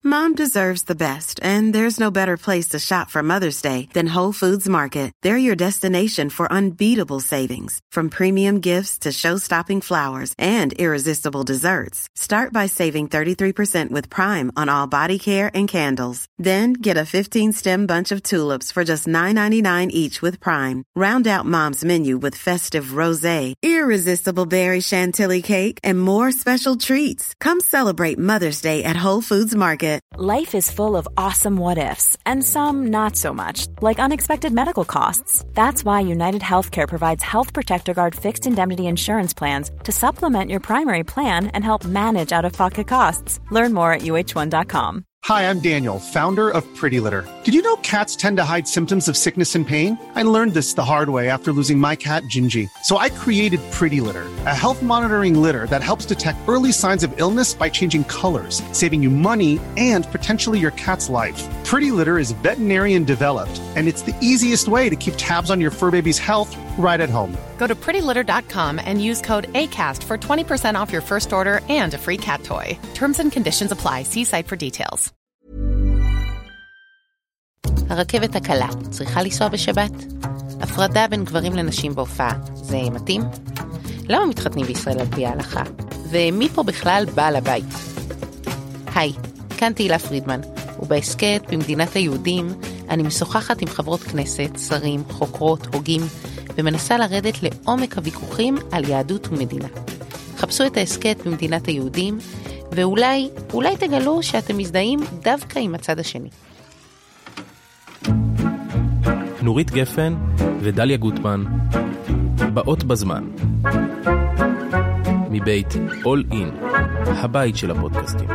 Mom deserves the best, and there's no better place to shop for Mother's Day than Whole Foods Market. They're your destination for unbeatable savings, from premium gifts to show-stopping flowers and irresistible desserts. Start by saving 33% with Prime on all body care and candles. Then get a 15-stem bunch of tulips for just $9.99 each with Prime. Round out Mom's menu with festive rosé, irresistible berry chantilly cake, and more special treats. Come celebrate Mother's Day at Whole Foods Market. Life is full of awesome what-ifs, and some not so much, like unexpected medical costs. That's why United Healthcare provides Health Protector Guard fixed indemnity insurance plans to supplement your primary plan and help manage out-of-pocket costs. Learn more at uh1.com. Hi, I'm Daniel, founder of Pretty Litter. Did you know cats tend to hide symptoms of sickness and pain? I learned this the hard way after losing my cat, Gingy. So I created Pretty Litter, a health monitoring litter that helps detect early signs of illness by changing colors, saving you money and potentially your cat's life. Pretty Litter is veterinarian developed, and it's the easiest way to keep tabs on your fur baby's health right at home. Go to prettylitter.com and use code ACAST for 20% off your first order and a free cat toy. Terms and conditions apply. See site for details. הרכבת הקלה צריכה לנסוע בשבת? הפרדה בין גברים לנשים בהופעה, זה מתאים? למה מתחתנים בישראל על פי ההלכה? ומי פה בכלל בעל הבית? היי, כאן תהילה פרידמן, ובעסקת במדינת היהודים אני משוחחת עם חברות כנסת, שרים, חוקרות, הוגים, ומנסה לרדת לעומק הוויכוחים על יהדות ומדינה. חפשו את העסקת במדינת היהודים, ואולי תגלו שאתם מזדהים דווקא עם הצד השני. נורית גפן ודליה גוטמן באות בזמן מבית All In, הבית של הפודקאסטים.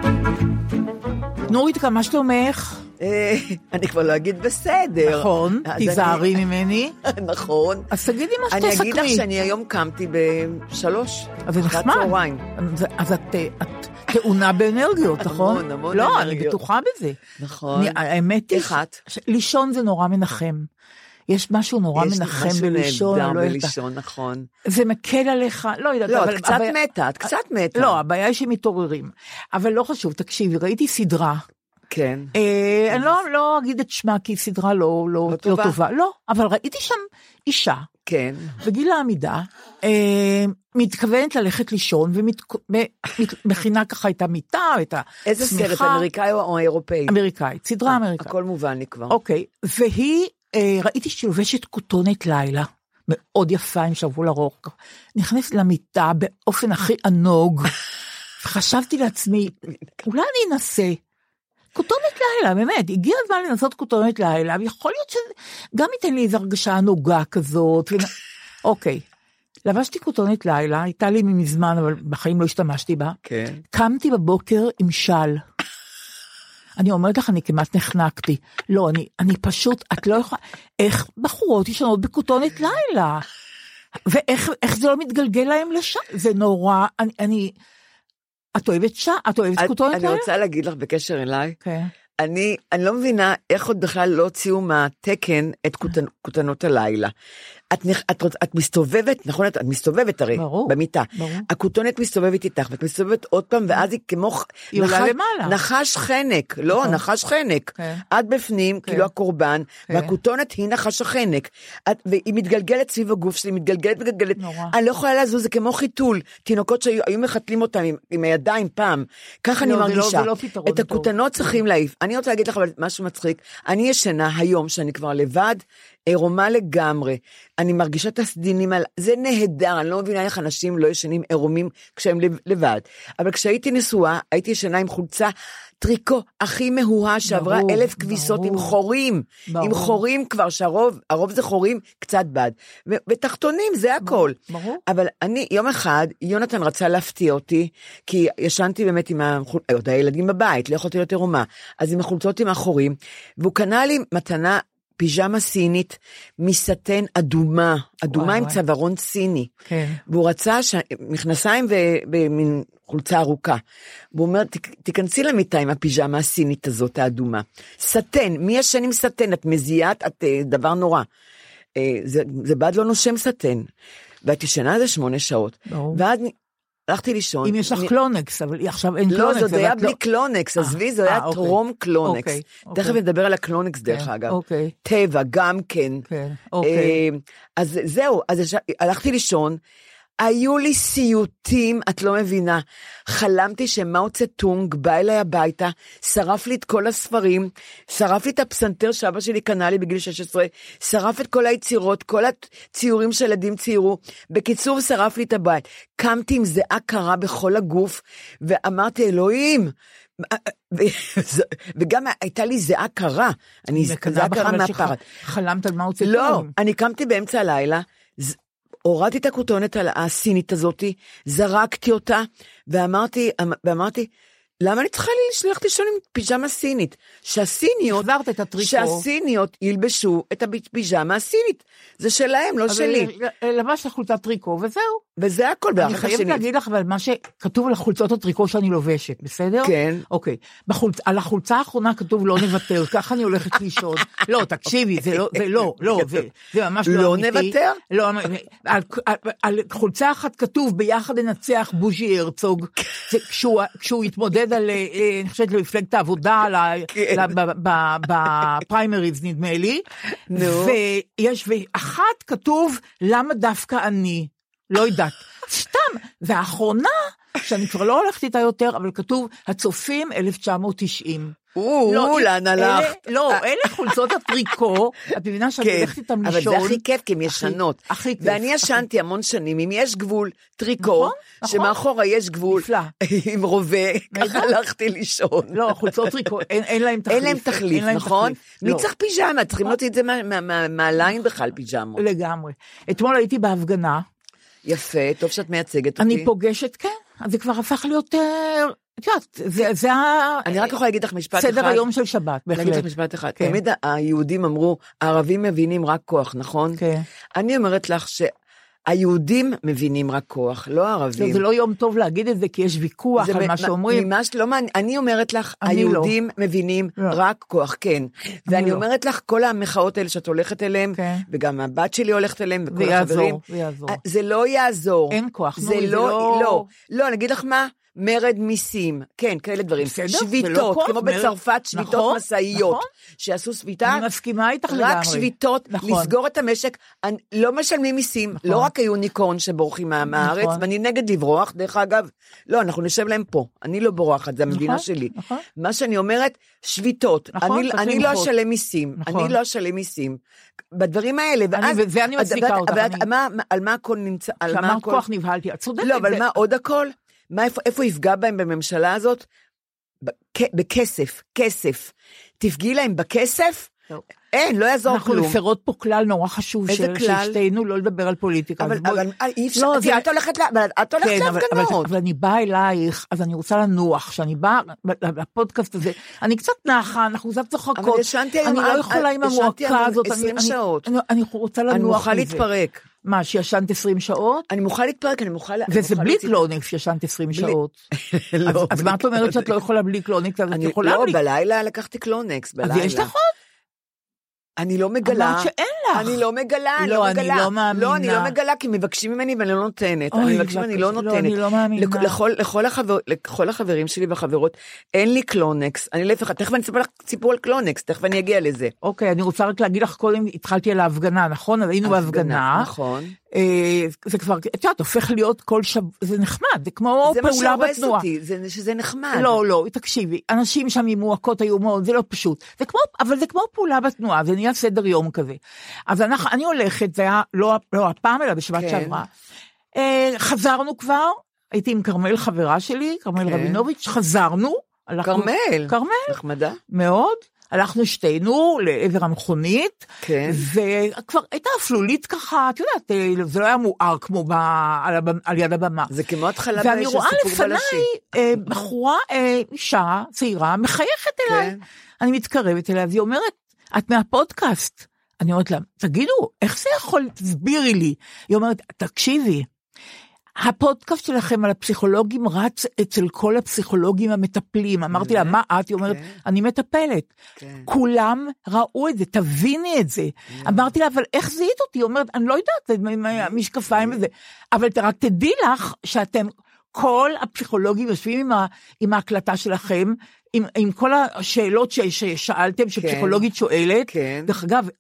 נורית, כמה שלומך? אני כבר לא אגיד בסדר. נכון, תיזהרי ממני. נכון. אז תגידי מה שתסקרי. אני אגיד לך שאני היום קמתי ב3. אז זה נחמד. אז את תאונה באנרגיות, נכון? המון לא, אנרגיות. אני בטוחה בזה. נכון. האמת היא, לישון זה נורא מנחם. יש משהו נורא מנחם בלישון. יש משהו נהדר בלישון, נכון. זה מקל עליך, לא יודעת. לא, את קצת מתה. לא, הבעיה היא שמתעוררים. אבל לא חשוב, תקשיבי, ראיתי סדרה. כן. אני לא אגיד את שמה, כי סדרה לא טובה. לא, אבל ראיתי שם אישה. כן. בגיל העמידה, מתכוונת ללכת לישון, ומכינה ככה את המיטה, את השמיכה. איזה סרט, אמריקאי או אירופאי? אמריקאית, סדרה אמריקאית. הכל מובן לי כבר. אוקיי, והיא, ראיתי שהיא לובשת כותונת לילה, מאוד יפה, עם שרוול ארוך, נכנסת למיטה באופן הכי ענוג, וחשבתי לעצמי, אולי אני אנסה, כותונת לילה, באמת, הגיע הזמן לנסות כותונת לילה, ויכול להיות שגם ייתן לי איזו הרגשה נוגה כזאת, אוקיי, לבשתי כותונת לילה, הייתה לי מזמן, אבל בחיים לא השתמשתי בה, כן. קמתי בבוקר עם של, אני אומרת לך, אני כמעט נחנקתי, לא, אני פשוט, את לא יכולה, איך בחורות ישנות בכותונת לילה, ואיך זה לא מתגלגל להם לשם, זה נורא, את אוהבת כותונת לילה? אני רוצה להגיד לך בקשר אליי, כן. אני לא מבינה איך עוד בכלל לא הוציאו מהתקן את כותנות הלילה. את מסתובבת, נכון? את מסתובבת הרי במיטה. הכותונת מסתובבת איתך, ואת מסתובבת עוד פעם, ואז היא כמו נחש חנק, לא, נחש חנק. את בפנים, כאילו הקורבן, והכותונת היא נחש החנק. והיא מתגלגלת סביב הגוף שלי, מתגלגלת. אני לא יכולה לעזור, זה כמו חיתול. תינוקות שהיו מחתלים אותם עם הידיים פעם. ככה אני מרגישה. את הכותנות צריכים להעיף. אני רוצה להגיד לך משהו מצחיק. אני ישנה היום, שאני כבר לבד, עירומה לגמרי, אני מרגישה את הסדינים, זה נהדר, אני לא מבינה איך אנשים לא ישנים עירומים כשהם לבד, אבל כשהייתי נשואה, הייתי ישנה עם חולצה טריקו הכי מהוהה, שעברה 1000 כביסות עם חורים, עם חורים כבר, שהרוב זה חורים, קצת בד, ותחתונים, זה הכל. אבל אני, יום אחד, יונתן רצה להפתיע אותי, כי ישנתי באמת עם הילדים בבית, לא יכולתי להיות עירומה, אז עם החולצות עם החורים, והוא קנה לי מתנה, פיג'מה סינית, מסטן אדומה עם צווארון סיני, והוא רצה מכנסיים ומין חולצה ארוכה, והוא אומר, תיכנסי למיטה עם הפיג'מה הסינית הזאת, האדומה, סטן, מי ישן עם סטן, את מזיעת, את דבר נורא, זה בעד לא נושם סטן, ואת ישנה זה 8 שעות, ואז הלכתי לישון. אם יש לך קלונקס, אבל עכשיו אין קלונקס. לא, זה היה בלי קלונקס, עזבי, זה היה טרום קלונקס. תכף נדבר על הקלונקס דרך אגב. טבע, גם כן. אז זהו, אז הלכתי לישון, היו לי סיוטים, את לא מבינה, חלמתי שמאו צטונג בא אליי הביתה, שרף לי את כל הספרים, שרף לי את הפסנתר שאבא שלי קנה לי בגיל 16, שרף את כל היצירות, כל הציורים שילדים ציירו, בקיצור שרף לי את הבית, קמתי עם זיעה קרה בכל הגוף, ואמרתי אלוהים, וגם הייתה לי זיעה קרה, זיעה קרה מהפחד. חלמת על מאו צטונג? לא, אני קמתי באמצע הלילה, הורדתי את הכותונת הסינית הזאת, זרקתי אותה, ואמרתי, למה אני צריכה ללכת לישון עם פיג'מה סינית? שהסיניות ילבשו את הפיג'מה הסינית. זה שלהם, לא שלי. לבש לחולצת טריקו, וזהו. וזה הכל. אני חייבת להגיד לך, אבל מה שכתוב על החולצות הטריקו שאני לובשת, בסדר? כן. אוקיי. על החולצה האחרונה כתוב לא נוותר, ככה אני הולכת לישון. לא, תקשיבי, זה ממש לא אמיתי. לא נוותר? לא, על חולצה אחת כתוב ביחד ננצח בוז'י הרצוג, כשהוא התמודד אני חושבת למפלגת העבודה, בפריימריז נדמה לי, ויש אחת כתוב, למה דווקא אני? לא יודעת, סתם, והאחרונה, שאני כבר לא הולכת איתה יותר, אבל כתוב, הצופים 1990. לאן הלכת? לא, אלה חולצות הטריקו, את מבינה שאני הולכת איתם לישון. אבל זה הכי כיף, כי הם ישנות. ואני ישנתי המון שנים, אם יש גבול טריקו, שמאחורה יש גבול, עם רובה, ככה הלכתי לישון. לא, חולצות טריקו, אין להם תחליף. אין להם תחליף, נכון? מי צריך פיג'מה? צריכים להוציא את זה מהליין בכלל פיג'מות. לגמרי. אתמול הייתי בהפגנה. יפה, טוב שאת מייצגת אותי. אני פוגשת, כן, זה כבר הפך להיות... זה אני רק יכולה להגיד לך משפט אחד. סדר היום של שבת, בהחלט. להגיד לך משפט אחד. תמיד היהודים אמרו, הערבים מבינים רק כוח, נכון? כן. אני אומרת לך שהיהודים מבינים רק כוח, לא הערבים. זה לא יום טוב להגיד את זה, כי יש ויכוח על מה שאומרים. ממש לא, אני אומרת לך, היהודים מבינים רק כוח, כן. ואני אומרת לך, כל המחאות האלה שאת הולכת אליהם, וגם הבת שלי הולכת אליהם, וכל החברים. זה לא יעזור. אין כוח. זה לא, אני אגיד לך מה? מרד מיסים, כן, כאלה דברים. שביתות, כמו בצרפת, שביתות מסעיות, שעשו שביתה. אני מסכימה איתך לגמרי. רק שביתות, לסגור את המשק, לא משלמים מיסים, לא רק היוניקורן שבורחים מהארץ, ואני נגד לברוח, דרך אגב, לא, אנחנו נשב להם פה, אני לא בורחת, זה המדינה שלי. מה שאני אומרת, שביתות, אני לא אשלם מיסים, אני לא אשלם מיסים. בדברים האלה, ואני מצדיקה אותך. על מה הכל נמצא? שאמרת כוח נבהלתי, את צודקת. לא, אבל מה עוד הכל? איפה יפגע בהם בממשלה הזאת? בכסף, כסף. תפגיעי להם בכסף? אין, לא יעזור כלום. אנחנו מפרות פה כלל נורא חשוב, ששתינו לא לדבר על פוליטיקה. אבל אי אפשר, את הולכת להפגנות. אבל אני באה אלייך, אז אני רוצה לנוח, שאני באה לפודקאסט הזה, אני קצת נחה, אנחנו קצת צוחקות, אבל ישנתי היום, אני לא יכולה עם המועקה הזאת, 20 שעות. אני רוצה לנוח מזה. אני מוכרחה להתפרק. מה, שישנת 20 שעות? אני מוכרחה להתפרק, אני מוכרחה... וזה בלי קלוניקס שישנת 20 שעות. אז מה את אומרת שאת לא יכולה בלי קלוניקס? לא, בלילה לקחתי קלוניקס, בלילה. אז יש לך עוד? אני לא מגלה. אמרת שאין לך. אני לא מגלה, אני לא מאמינה. לא, אני לא מגלה, כי מבקשים ממני ואני לא נותנת. אני מבקשים, אני לא נותנת. אני לא מאמינה. לכל החברים שלי והחברות, אין לי קלונקס. אני להפך, תכף אני אספר לך סיפור על קלונקס, תכף אני אגיע לזה. אוקיי, אני רוצה רק להגיד לך קודם, התחלתי על ההפגנה, נכון? אז היינו בהפגנה. נכון. זה כבר, את יודעת, הופך להיות כל שבוע, זה נחמד, זה כמו פעולה בתנועה. זה מה שהורס אותי, שזה נחמד. לא, תקשיבי, אנשים שם עם מועקות היו מאוד, זה לא פשוט. אבל זה כמו פעולה בתנועה, זה נהיה סדר יום כזה. אז אני הולכת, זה היה לא הפעם, אלא בשבת שעברה. חזרנו כבר, הייתי עם קרמל חברה שלי, קרמל רבינוביץ', חזרנו. קרמל? קרמל. נחמדה. מאוד. הלכנו שתינו לעבר המכונית, וכבר הייתה אפלולית ככה, את יודעת, זה לא היה מואר כמו על יד הבמה. זה כמו התחלה ואני רואה לפניי בחורה, אישה צעירה, מחייכת אליי. אני מתקרבת אליה, והיא אומרת, את מהפודקאסט. אני אומרת לה, תגידו, איך זה יכול, תסבירי לי. היא אומרת, תקשיבי, הפודקאסט שלכם על הפסיכולוגים רץ אצל כל הפסיכולוגים המטפלים. אמרתי לה, מה את? היא אומרת, אני מטפלת. כולם ראו את זה, תביני את זה. אמרתי לה, אבל איך זיהית אותי? היא אומרת, אני לא יודעת, משקפיים וזה. אבל רק תדעי לך שאתם כל הפסיכולוגים יושבים עם ההקלטה שלכם, עם כל השאלות ששאלתם, שפסיכולוגית שואלת. דרך אגב,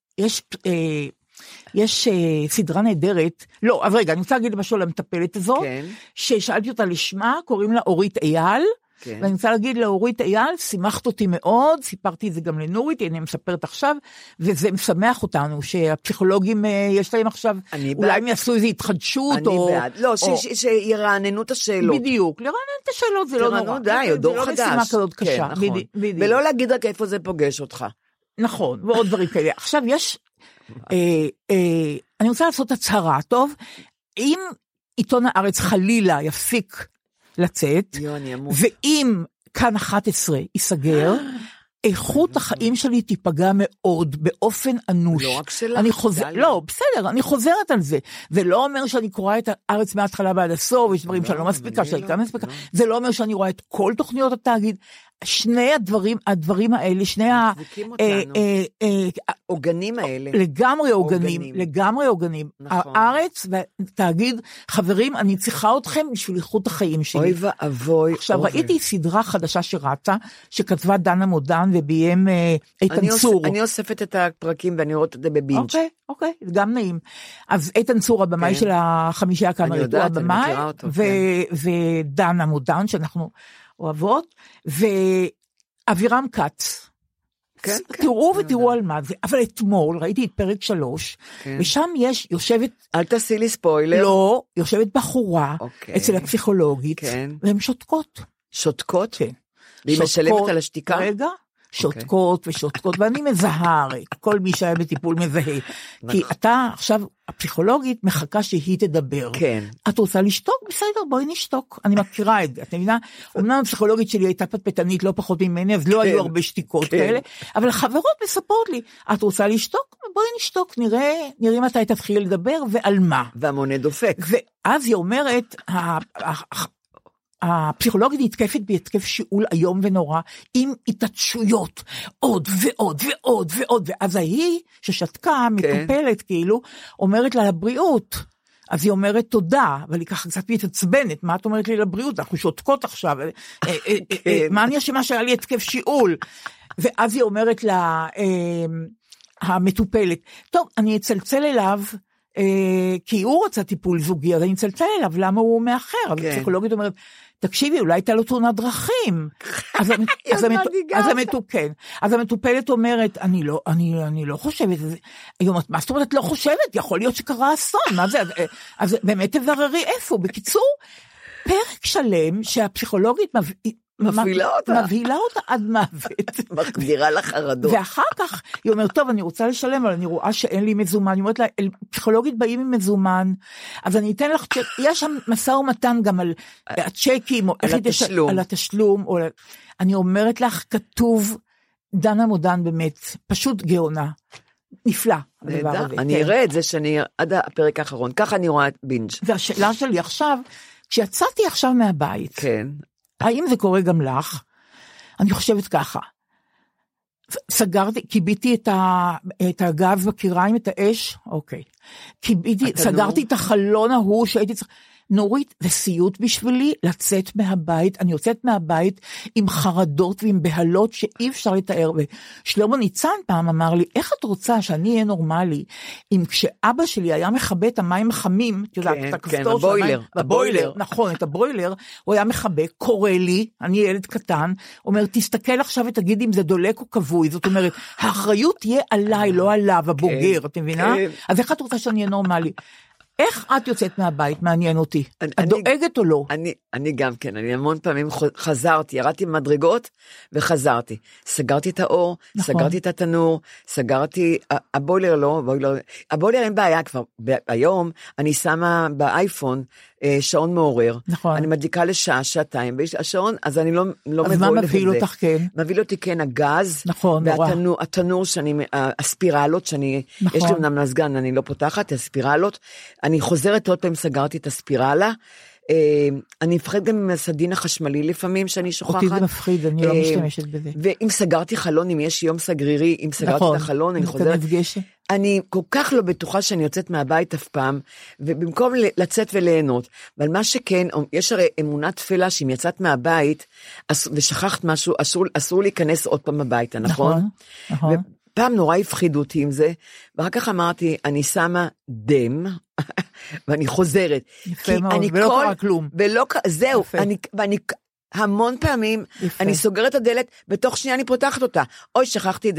יש סדרה נהדרת, לא, אז רגע, אני רוצה להגיד למשל למטפלת הזאת, ששאלתי אותה לשמה, קוראים לה אורית אייל, ואני רוצה להגיד לאורית אייל, שימחת אותי מאוד, סיפרתי את זה גם לנורית, אני מספרת עכשיו, וזה משמח אותנו, שהפסיכולוגים יש להם עכשיו, אולי הם יעשו איזו התחדשות, אני בעד, לא, שירעננו את השאלות. בדיוק, לרענן את השאלות זה לא נורא. די, דור חדש. זה לא משימה כזאת קשה. ולא להגיד רק איפה זה פוגש אותך. נכון, ועוד דברים כאלה. עכשיו יש, אני רוצה לעשות הצהרה, טוב? אם עיתון הארץ חלילה יפסיק לצאת, ואם כאן 11 ייסגר, איכות החיים שלי תיפגע מאוד, באופן אנוש. לא רק שלה. לא, בסדר, אני חוזרת על זה. זה לא אומר שאני קוראה את הארץ מההתחלה ועד הסוף, יש דברים שאני לא מספיקה, שאני כאן מספיקה. זה לא אומר שאני רואה את כל תוכניות התאגיד. שני הדברים האלה, שני העוגנים האלה. לגמרי עוגנים. הארץ והתאגיד, חברים, אני צריכה אתכם בשביל איכות החיים שלי. אוי ואבוי. עכשיו, ראיתי סדרה חדשה שרצה, שכתבה דנה מודן וביים איתן צור. אני אוספת את הפרקים ואני רואה את זה בבינג'. אוקיי, זה גם נעים. אז איתן צור, הבמאי של החמישייה הקאמרית, הוא הבמאי, ודנה מודן, שאנחנו אוהבות, ואבירם כץ. תראו ותראו על מה זה, אבל אתמול ראיתי את פרק 3, ושם יושבת... אל תעשי לי ספוילר. לא, יושבת בחורה, אצל הפסיכולוגית, והן שותקות. שותקות? כן. והיא משלמת על השתיקה? רגע. שותקות ושותקות, ואני מזהה, כל מי שהיה בטיפול מזהה, כי אתה עכשיו, הפסיכולוגית מחכה שהיא תדבר, את רוצה לשתוק? בסדר, בואי נשתוק, אני מכירה את זה, את מבינה? אמנם הפסיכולוגית שלי הייתה פטפטנית לא פחות ממני, אז לא היו הרבה שתיקות כאלה, אבל החברות מספרות לי, את רוצה לשתוק? בואי נשתוק, נראה מתי תתחיל לדבר, ועל מה. והמונה דופק. ואז היא אומרת, הפסיכולוגית נתקפת בהתקף שיעול היום ונורא, עם התעטשויות, עוד ועוד ועוד ועוד, ואז היא ששתקה, מטופלת כאילו, אומרת לה לבריאות, אז היא אומרת תודה, אבל היא ככה קצת מתעצבנת, מה את אומרת לי לבריאות, אנחנו שותקות עכשיו, מה אני אשמה שהיה לי התקף שיעול, ואז היא אומרת לה, המטופלת, טוב, אני אצלצל אליו, כי הוא רצה טיפול זוגי, אז אני אצלצל אליו, למה הוא מאחר? אז הפסיכולוגית אומרת, תקשיבי, אולי הייתה לו תאונת דרכים. אז המטופלת אומרת, אני לא חושבת, מה זאת אומרת לא חושבת? יכול להיות שקרה אסון, מה זה? אז באמת תבררי איפה? בקיצור, פרק שלם שהפסיכולוגית מבהילה אותה עד מוות. מחדירה לחרדות. ואחר כך היא אומרת, טוב, אני רוצה לשלם, אבל אני רואה שאין לי מזומן. היא אומרת לה, פסיכולוגית באים עם מזומן, אז אני אתן לך, יש שם משא ומתן גם על הצ'קים, על התשלום. אני אומרת לך, כתוב, דנה מודן באמת, פשוט גאונה. נפלא. אני אראה את זה עד הפרק האחרון, ככה אני רואה את בינג'. והשאלה שלי עכשיו, כשיצאתי עכשיו מהבית, כן. האם זה קורה גם לך? אני חושבת ככה, קיביתי את הגז בקיריים, את האש, אוקיי, סגרתי את החלון ההוא שהייתי צריך, נורית, זה סיוט בשבילי לצאת מהבית, אני יוצאת מהבית עם חרדות ועם בהלות שאי אפשר לתאר, ושלמה ניצן פעם אמר לי, איך את רוצה שאני אהיה נורמלי, אם כשאבא שלי היה מכבה את המים החמים, כן, הבוילר, נכון, את הבוילר, הוא היה מכבה, קורא לי, אני ילד קטן, אומר, תסתכל עכשיו ותגיד אם זה דולק או כבוי, זאת אומרת, האחריות תהיה עליי, לא עליו, הבוגר, את מבינה? אז איך את רוצה שאני אהיה נורמלי? איך את יוצאת מהבית? מעניין אותי. את דואגת או לא? אני גם כן, אני המון פעמים חזרתי, ירדתי במדרגות וחזרתי. סגרתי את האור, סגרתי את התנור, סגרתי, הבוילר לא, הבוילר אין בעיה כבר. היום אני שמה באייפון שעון מעורר. נכון. אני מדליקה לשעה, שעתיים, השעון, אז אני לא מבוהלת את זה. אז מה מבהיל אותך כן? מבהיל אותי כן הגז. נכון, נורא. והתנור הספירלות שאני, יש לי אמנם מזגן, אני לא פותחת, הספירלות, אני חוזרת עוד פעם, סגרתי את הספירלה, אני מפחד גם עם הסדין החשמלי לפעמים שאני שוכחת. אותי זה מפחיד, אני לא משתמשת בזה. ואם סגרתי חלון, אם יש יום סגרירי, אם סגרתי את החלון, אני חוזרת. אני כל כך לא בטוחה שאני יוצאת מהבית אף פעם, ובמקום לצאת וליהנות, אבל מה שכן, יש הרי אמונה תפלה שאם יצאת מהבית, ושכחת משהו, אסור להיכנס עוד פעם הביתה, נכון? נכון. ופעם נורא הפחידו אותי עם זה, ואחר כך אמרתי, אני שמה דם, ואני חוזרת. יפה מאוד, ולא קרה כלום. זהו, ואני המון פעמים, אני סוגרת את הדלת, בתוך שנייה אני פותחת אותה. אוי, שכחתי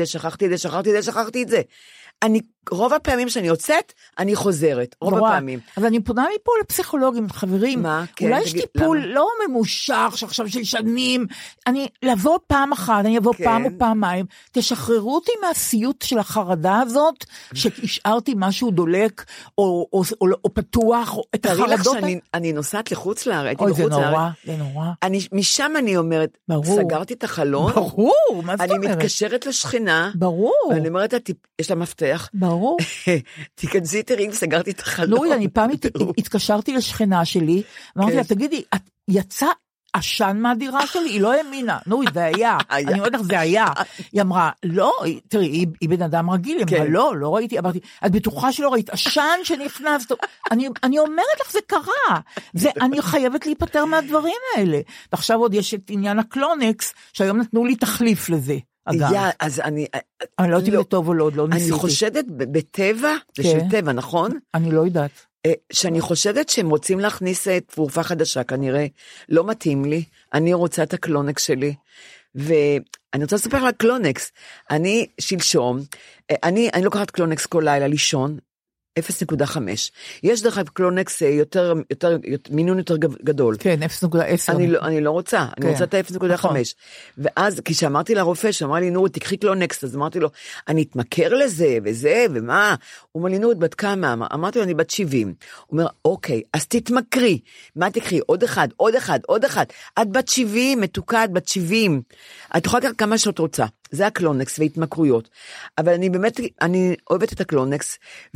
את זה. רוב הפעמים שאני יוצאת, אני חוזרת. רוב הפעמים. אבל אני פונה מפה לפסיכולוגים, חברים. מה? כן, אולי יש טיפול לא ממושך, שעכשיו של שנים. לבוא פעם אחת, אני אבוא פעם או פעמיים, תשחררו אותי מהסיוט של החרדה הזאת, שהשארתי משהו דולק, או פתוח, או את החרדות. אני נוסעת לחוץ לארץ. אוי, זה נורא. משם אני אומרת, סגרתי את החלון. ברור, מה זאת אומרת? אני מתקשרת לשכנה. ברור. ואני אומרת, יש לה מפתח. ברור. תיכנסי תראי, סגרתי את החלון. נורית, אני פעם התקשרתי לשכנה שלי, אמרתי לה, תגידי, את יצא עשן מהדירה שלי? היא לא האמינה. נורית, זה היה. אני אומרת לך, זה היה. היא אמרה, לא, תראי, היא בן אדם רגיל, היא אמרה, לא ראיתי, אמרתי, את בטוחה שלא ראית, עשן שנכנס, אני אומרת לך, זה קרה. אני חייבת להיפטר מהדברים האלה. ועכשיו עוד יש את עניין הקלונקס, שהיום נתנו לי תחליף לזה. אז אני לא יודעת אם זה טוב או לא, עוד לא ניסיתי. אני חושדת בטבע, זה של טבע, נכון? אני לא יודעת. שאני חושדת שהם רוצים להכניס תרופה חדשה, כנראה לא מתאים לי, אני רוצה את הקלונקס שלי, ואני רוצה לספר על הקלונקס, אני שלשום, אני לוקחת קלונקס כל לילה לישון, 0.5. יש דרך קלונקס מינון יותר גדול. כן, 0.10. אני לא רוצה, אני רוצה את ה-0.5. ואז כשאמרתי לרופא, שאמרה לי, נורית, תקחי קלונקס, אז אמרתי לו, אני אתמכר לזה וזה, ומה? הוא אומר לי, נורית, בת כמה? אמרתי לו, אני בת 70. הוא אומר, אוקיי, אז תתמכרי. מה תקחי? עוד אחד. את בת 70, מתוקה, את בת 70. את יכולה לקחת כמה שאת רוצה. זה הקלונקס והתמכרויות. אבל אני באמת, אני אוהבת את הקלונקס,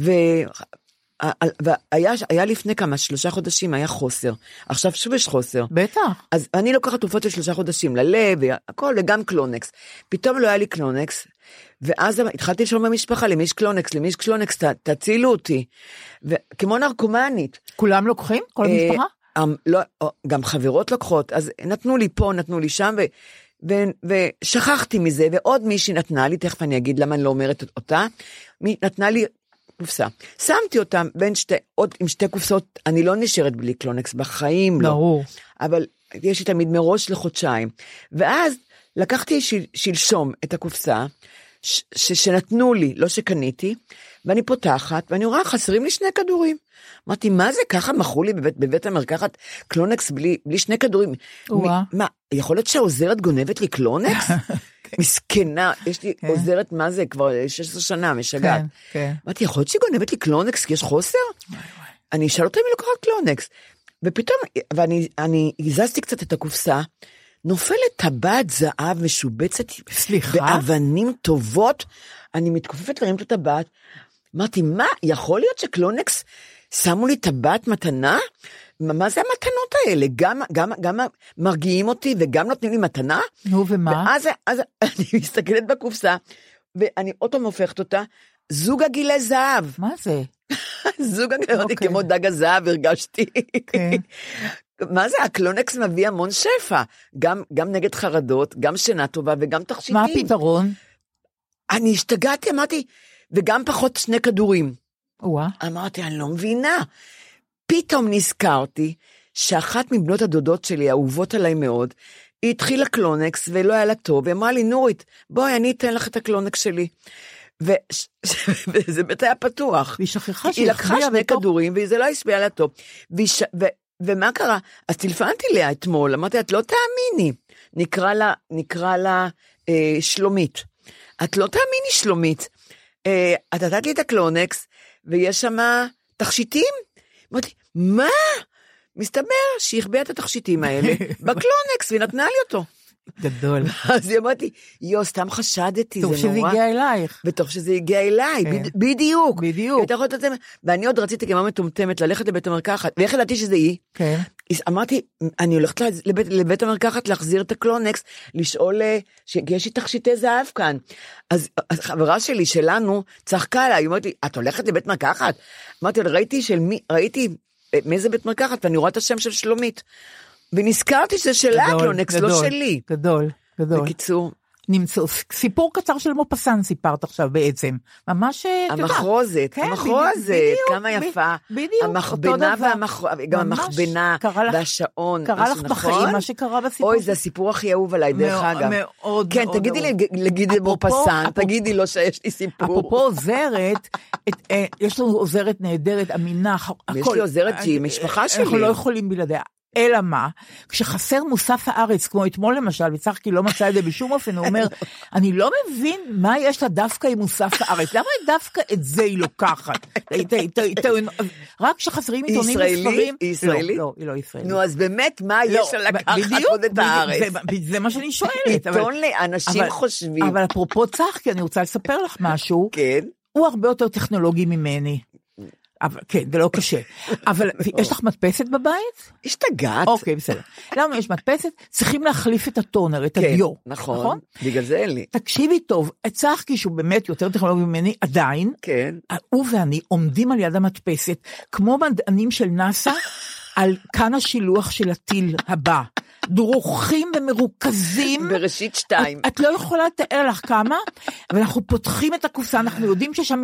והיה לפני 3 חודשים, היה חוסר. עכשיו שוב יש חוסר. בטח. אז אני לוקחת תרופות ל3 חודשים, ללב, והכל, וגם קלונקס. פתאום לא היה לי קלונקס, ואז התחלתי לשאול במשפחה, למי יש קלונקס, תצילו אותי. וכמו נרקומנית. כולם לוקחים? כל המשפחה? לא, גם חברות לוקחות, אז נתנו לי פה, נתנו לי שם, ושכחתי מזה, ועוד מישהי נתנה לי, תכף אני אגיד למה אני לא אומרת אותה, נתנה לי קופסה. שמתי אותם עם 2 קופסות, אני לא נשארת בלי קלונקס, בחיים לא. ברור. אבל יש לי תמיד מראש לחודשיים. ואז לקחתי שלשום את הקופסה, שנתנו לי, לא שקניתי, ואני פותחת, ואני רואה, חסרים לי 2 כדורים. אמרתי, מה זה? ככה מכרו לי בבית המרקחת קלונקס בלי 2 כדורים. מה, יכול להיות שהעוזרת גונבת לי קלונקס? מסכנה, יש לי עוזרת, מה זה? כבר 16 שנה, משגעת. אמרתי, יכול להיות שהיא גונבת לי קלונקס, כי יש חוסר? אני אשאל אותה אם היא לוקחת קלונקס. ופתאום, ואני הזזתי קצת את הקופסה, נופלת טבעת זהב משובצת, באבנים טובות, אני מתכופפת להרים את הטבעת, אמרתי, מה, יכול להיות שקלונקס שמו לי טבעת מתנה? מה זה המתנות האלה? גם מרגיעים אותי וגם נותנים לי מתנה? נו, ומה? ואז אני מסתכלת בקופסה, ואני עוד הופכת אותה, זוג הגילי זהב. מה זה? זוג הגילי, כמו דג הזהב הרגשתי. מה זה? הקלונקס מביא המון שפע, גם נגד חרדות, גם שינה טובה וגם תכשיטים. מה הפתרון? אני השתגעתי, אמרתי, וגם פחות 2 כדורים. אמרתי, אני לא מבינה. פתאום נזכרתי שאחת מבנות הדודות שלי, אהובות עליי מאוד, היא התחילה קלונקס ולא היה לה טוב, והיא אמרה לי, נורית, בואי, אני אתן לך את הקלונקס שלי. וזה בית היה פתוח. והיא שכחה היא לקחה 2 כדורים, וזה לא הספיע לה טוב. ומה קרה? אז טלפנתי לה אתמול, אמרתי, את לא תאמיני. נקרא לה שלומית. את לא תאמיני שלומית. את נתת לי את הקלונקס, ויש שם תכשיטים. אמרתי, מה? מסתבר שהיא החביאה את התכשיטים האלה בקלונקס, והיא נתנה לי אותו. גדול. אז היא אמרתי, סתם חשדתי, זה נורא. טוב שזה הגיע אלייך. וטוב שזה הגיע אליי, בדיוק. בדיוק. ואני עוד רציתי כמה מטומטמת ללכת לבית המרקחת, ואיך ידעתי שזה היא? כן. אמרתי, אני הולכת לבית המרקחת להחזיר את הקלונקס, לשאול, שיש לי תכשיטי זהב כאן. אז חברה שלי, שלנו, צחקה לה, היא אומרת לי, את הולכת לבית מרקחת? אמרתי, ראיתי מאיזה בית מרקחת, ואני רואה את השם של שלומית. ונזכרתי שזה שלה הקלונקס, לא שלי. גדול. בקיצור. נמצאו, סיפור קצר של מופסן סיפרת עכשיו בעצם, ממש, המחרוזת, כמה יפה, המכבנה גם המכבנה והשעון, קרה לך בחיים מה שקרה בסיפור, אוי זה הסיפור הכי אהוב עליי דרך אגב, כן תגידי לי מופסן, תגידי לו שיש לי סיפור, אפרופו עוזרת, יש לנו עוזרת נהדרת, אמינה, יש לי עוזרת שהיא משפחה שלי, אנחנו לא יכולים בלעדיה, אלא מה? כשחסר מוסף הארץ, כמו אתמול למשל, וצחקי לא מצא את זה בשום אופן, הוא אומר, אני לא מבין מה יש לה דווקא עם מוסף הארץ, למה דווקא את זה היא לוקחת? רק כשחסרים עיתונים וספרים... היא ישראלית? לא, היא לא ישראלית. נו, אז באמת, מה יש לה לקחת עוד את הארץ? זה מה שאני שואלת. עיתון לאנשים חושבים. אבל אפרופו צחקי, אני רוצה לספר לך משהו, הוא הרבה יותר טכנולוגי ממני. אבל כן, זה לא קשה. אבל יש לך מדפסת בבית? השתגעת. אוקיי, בסדר. למה יש מדפסת? צריכים להחליף את הטונר, את הדיו. נכון. בגלל זה אין לי. תקשיבי טוב, צחקי שהוא באמת יותר טכנולוגי ממני, עדיין, הוא ואני עומדים על יד המדפסת, כמו מדענים של נאסא, על כאן השילוח של הטיל הבא. דרוכים ומרוכזים. בראשית 2. את לא יכולה לתאר לך כמה, אבל אנחנו פותחים את הקופסה, אנחנו יודעים שיש שם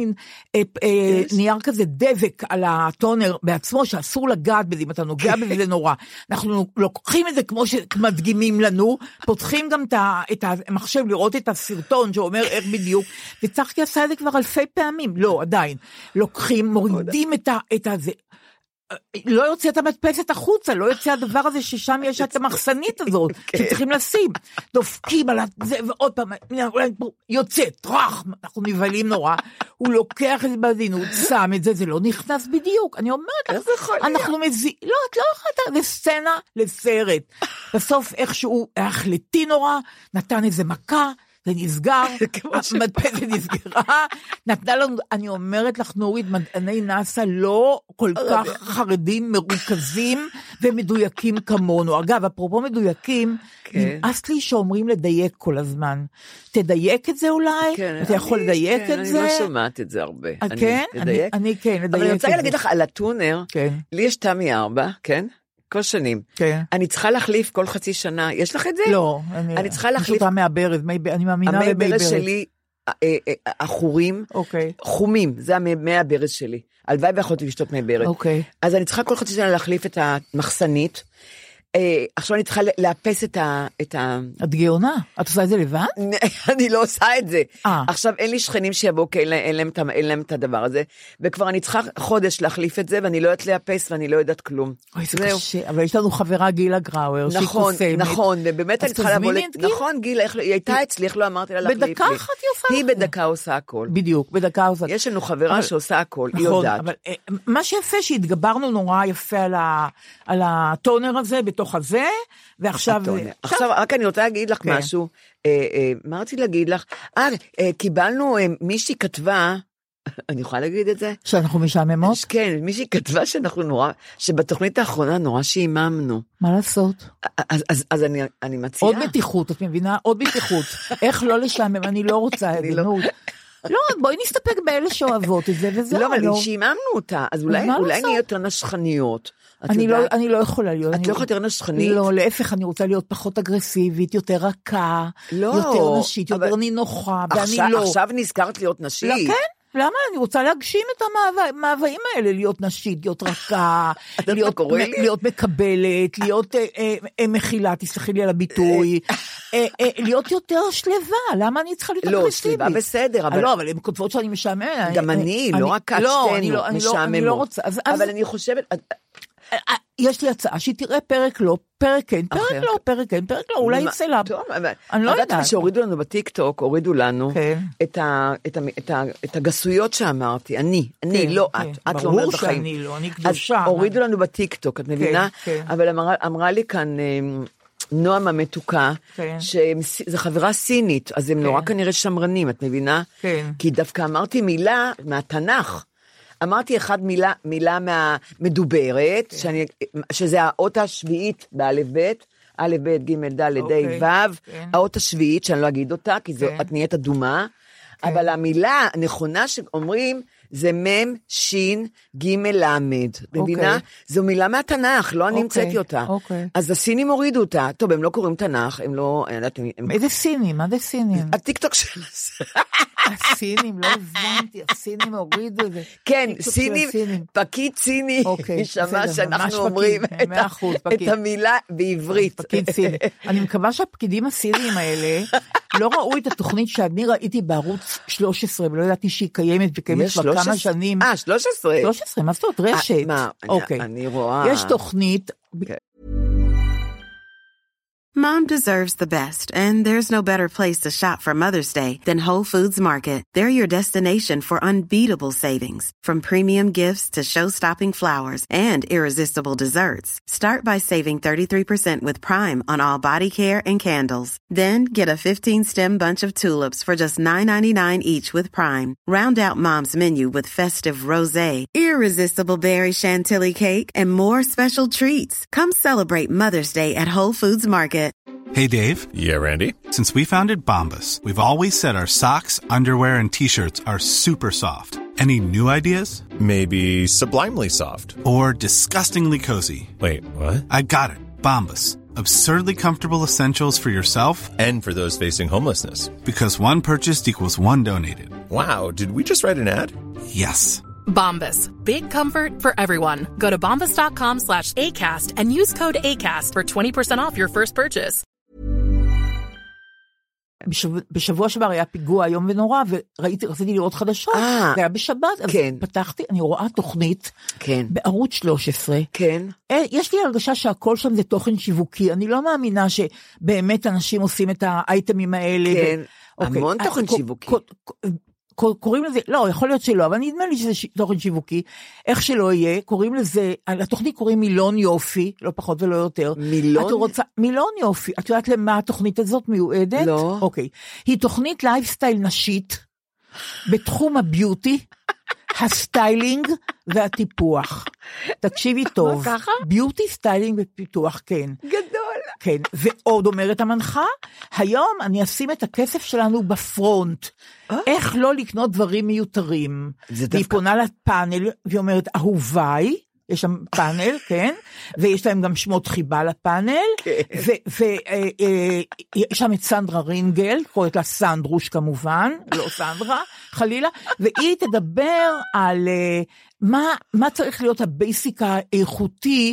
נייר כזה דבק על הטונר בעצמו, שאסור לגעת בזה, אם אתה נוגע בזה זה נורא. אנחנו לוקחים את זה כמו שמדגימים לנו, פותחים גם את המחשב לראות את הסרטון שאומר איך בדיוק, וצחקי עשה את זה כבר אלפי פעמים, לא עדיין. לוקחים, מורידים את הזה. לא יוצא את המדפסת החוצה, לא יוצא הדבר הזה ששם יש את המחסנית הזאת, שצריכים לשים, דופקים על זה, ועוד פעם, יוצא, טרח, אנחנו נבהלים נורא, הוא לוקח את זה בדין, הוא שם את זה, זה לא נכנס בדיוק, אני אומרת, אנחנו מזיעים, לא, את לא יכולת, זה סצנה לסרט, בסוף איכשהו החלטי נורא, נתן איזה מכה, זה נסגר, המדפסת נסגרה, נתנה לנו, אני אומרת לך נורית, מדעני נאסא לא כל כך חרדים, מרוכזים ומדויקים כמונו. אגב, אפרופו מדויקים, נמאס לי שאומרים לדייק כל הזמן. תדייק את זה אולי? אתה יכול לדייק את זה? אני לא שומעת את זה הרבה. כן? אני כן, לדייק את זה. אבל אני רוצה להגיד לך על הטונר, לי יש תמי 4, כן? כל שנים. כן. אני צריכה להחליף כל חצי שנה. יש לך את זה? לא. אני צריכה להחליף. פשוט מהברז, אני מאמינה למי ברז. המי ברז שלי, החורים, חומים, זה המי הברז שלי. הלוואי ויכולתי לשתות מי ברז. אז אני צריכה כל חצי שנה להחליף את המחסנית. עכשיו אני צריכה לאפס את את גאונה? את עושה את זה לבד? אני לא עושה את זה. עכשיו אין לי שכנים שיבואו, כי אין להם את הדבר הזה, וכבר אני צריכה חודש להחליף את זה, ואני לא יודעת לאפס, ואני לא יודעת כלום. אוי, זה קשה, אבל יש לנו חברה גילה גראואר, שהיא קוסמת. נכון, ובאמת אני צריכה לבוא, נכון, גילה, היא הייתה אצלי, איך לא אמרתי לה להחליף לי. בדקה אחת היא עושה. היא בדקה עושה הכל. בדיוק, בדקה עושה. יש לנו חברה שעושה הכל, היא יודעת. אבל מה שיפה שהתגברנו נורא יפה על הטונר הזה, בתוך הזה, ועכשיו... עכשיו, רק אני רוצה להגיד לך משהו, מה רציתי להגיד לך? קיבלנו, מישהי כתבה, אני יכולה להגיד את זה? שאנחנו משעממות? כן, מישהי כתבה שאנחנו נורא, שבתוכנית האחרונה נורא שיממנו. מה לעשות? אז אני מציעה. עוד בטיחות, את מבינה? עוד בטיחות. איך לא לשעמם? אני לא רוצה את זה, נו. לא, בואי נסתפק באלה שאוהבות את זה, וזהו. לא, אבל שיממנו אותה, אז אולי נהיה יותר נשכניות. אני לא יכולה להיות. את לא יכולה יותר נשכנית? לא, להפך, אני רוצה להיות פחות אגרסיבית, יותר רכה, יותר נשית, יותר נינוחה, ואני לא. עכשיו נזכרת להיות נשית? לא, כן? למה? אני רוצה להגשים את המאוויים האלה, להיות נשית, להיות רכה, להיות מקבלת, להיות מכילה, תסלחי לי על הביטוי, להיות יותר שלווה, למה אני צריכה להיות אגרסיבית? לא, שלווה בסדר. לא, אבל הן כותבות שאני משעממת. גם אני, לא רק שתינו, משעממות. אני לא רוצה. אבל אני חושבת... יש לי הצעה, שהיא תראה פרק לא, פרק כן, פרק לא, אולי יצא לה. אני לא יודעת. שהורידו לנו בטיקטוק, הורידו לנו את הגסויות שאמרתי, אני, לא את לא אומרת בחיים. ברור שאני לא, אני קדושה. אז הורידו לנו בטיקטוק, את מבינה? אבל אמרה לי כאן נועם המתוקה, שזו חברה סינית, אז הם נורא כנראה שמרנים, את מבינה? כן. כי דווקא אמרתי מילה מהתנ"ך, אמרתי מילה מהמדוברת, שזה האות השביעית באלף בית, א' ב' ג' ד' ה' ו', האות השביעית, שאני לא אגיד אותה, כי את נהיית אדומה, אבל המילה הנכונה שאומרים, זה מם, שין, ג' למד. מבינה? זו מילה מהתנ"ך, לא אני המצאתי אותה. אז הסינים הורידו אותה. טוב, הם לא קוראים תנ"ך, הם לא... איזה סינים? מה זה סינים? הטיקטוק של... הסינים, לא הבנתי, הסינים הורידו את זה. כן, סינים, פקיד סיני, שמע שאנחנו אומרים את המילה בעברית. פקיד סיני. אני מקווה שהפקידים הסינים האלה לא ראו את התוכנית שאני ראיתי בערוץ 13, ולא ידעתי שהיא קיימת וקיימת כבר כמה שנים. 13? 13, מה זאת אומרת? רשת. אני רואה. יש תוכנית... Mom deserves the best, and there's no better place to shop for Mother's Day than Whole Foods Market. They're your destination for unbeatable savings, from premium gifts to show-stopping flowers and irresistible desserts. Start by saving 33% with Prime on all body care and candles. Then get a 15-stem bunch of tulips for just $9.99 each with Prime. Round out Mom's menu with festive rosé, irresistible berry chantilly cake, and more special treats. Come celebrate Mother's Day at Whole Foods Market. Hey, Dave. Yeah, Randy. Since we founded Bombas, we've always said our socks, underwear, and T-shirts are super soft. Any new ideas? Maybe sublimely soft. Or disgustingly cozy. Wait, what? I got it. Bombas. Absurdly comfortable essentials for yourself and for those facing homelessness. Because one purchased equals one donated. Wow, did we just write an ad? Yes. Bombas. Big comfort for everyone. Go to bombas.com/ACAST and use code ACAST for 20% off your first purchase. בשבוע שעבר היה פיגוע היום ונורא, רציתי לראות חדשות, זה היה בשבת, אז פתחתי, אני רואה תוכנית, בערוץ 13, יש לי הרגשה שהכל שם זה תוכן שיווקי, אני לא מאמינה שבאמת אנשים עושים את האייטמים האלה, המון תוכן שיווקי. קוראים לזה, לא, יכול להיות שלא, אבל נדמה לי שזה תוכן שיווקי, איך שלא יהיה, קוראים לזה, לתוכנית קוראים מילון יופי, לא פחות ולא יותר. מילון? מילון יופי, את יודעת למה התוכנית הזאת מיועדת? לא. אוקיי, היא תוכנית לייפסטייל נשית, בתחום הביוטי, הסטיילינג והטיפוח. תקשיבי טוב. מה ככה? ביוטי, סטיילינג ופיתוח, כן. גדול. כן, ועוד אומרת המנחה, היום אני אשים את הכסף שלנו בפרונט. איך לא לקנות דברים מיותרים. והיא פונה לפאנל, והיא אומרת, אהוביי, יש שם פאנל, כן, ויש להם גם שמות חיבה לפאנל, ויש שם את סנדרה רינגל, קוראת לה סנדרוש כמובן, לא סנדרה, חלילה, והיא תדבר על מה צריך להיות הבייסיק האיכותי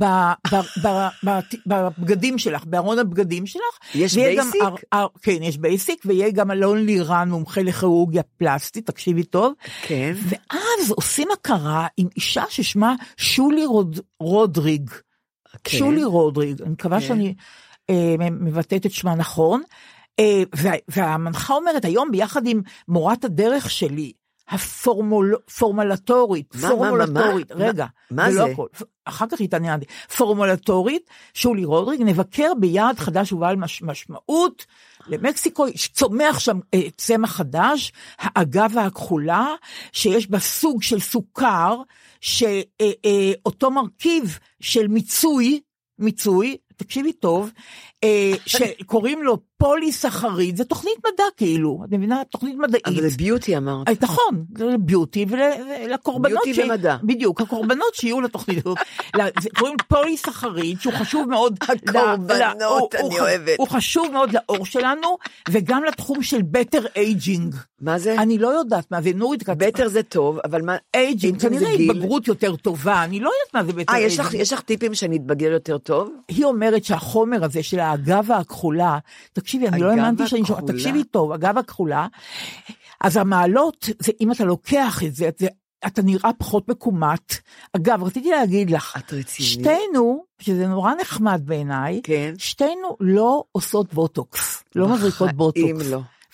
בבגדים שלך, בארון הבגדים שלך. יש בייסיק? כן, יש בייסיק, ויהיה גם אלון לירן, מומחה לכירורגיה פלסטית, תקשיבי טוב. כן. ואז עושים הכרה עם אישה ששמה שולי רודריג. שולי רודריג, אני מקווה שאני מבטאת את שמה נכון. והמנחה אומרת, היום ביחד עם מורת הדרך שלי, הפורמולטורית, רגע, מה זה? אחר כך התעניין, פורמולטורית, שולי רודריג, נבקר ביעד חדש ובעל משמעות, למקסיקו, צומח שם צמח חדש, האגבה הכחולה, שיש בה סוג של סוכר, שאותו מרכיב של מיצוי, תקשיבי טוב, שקוראים לו פוליסחריד, זה תוכנית מדע כאילו, את מבינה? תוכנית מדעית. אבל זה ביוטי אמרת. נכון, זה ביוטי, ולקורבנות ביוטי ומדע. בדיוק, הקורבנות שיהיו לתוכנית הזאת, קוראים פוליסחריד, שהוא חשוב מאוד, הקורבנות, אני אוהבת. הוא חשוב מאוד לאור שלנו, וגם לתחום של better aging. מה זה? אני לא יודעת מה זה, נורית. better זה טוב, אבל מה? aging, כנראה התבגרות יותר טובה, אני לא יודעת מה זה better aging. יש לך טיפים שאני אתבגר יותר טוב? היא אומרת שהחומר הזה של האגבה הכחולה, תקשיבי, אני לא האמנתי שאני שומעת, תקשיבי טוב, אגב הכחולה, אז המעלות, זה, אם אתה לוקח את זה, אתה נראה פחות מקומת. אגב, רציתי להגיד לך, שתינו, שזה נורא נחמד בעיניי, כן. שתינו לא עושות בוטוקס, לא מזריקות בוטוקס. לא.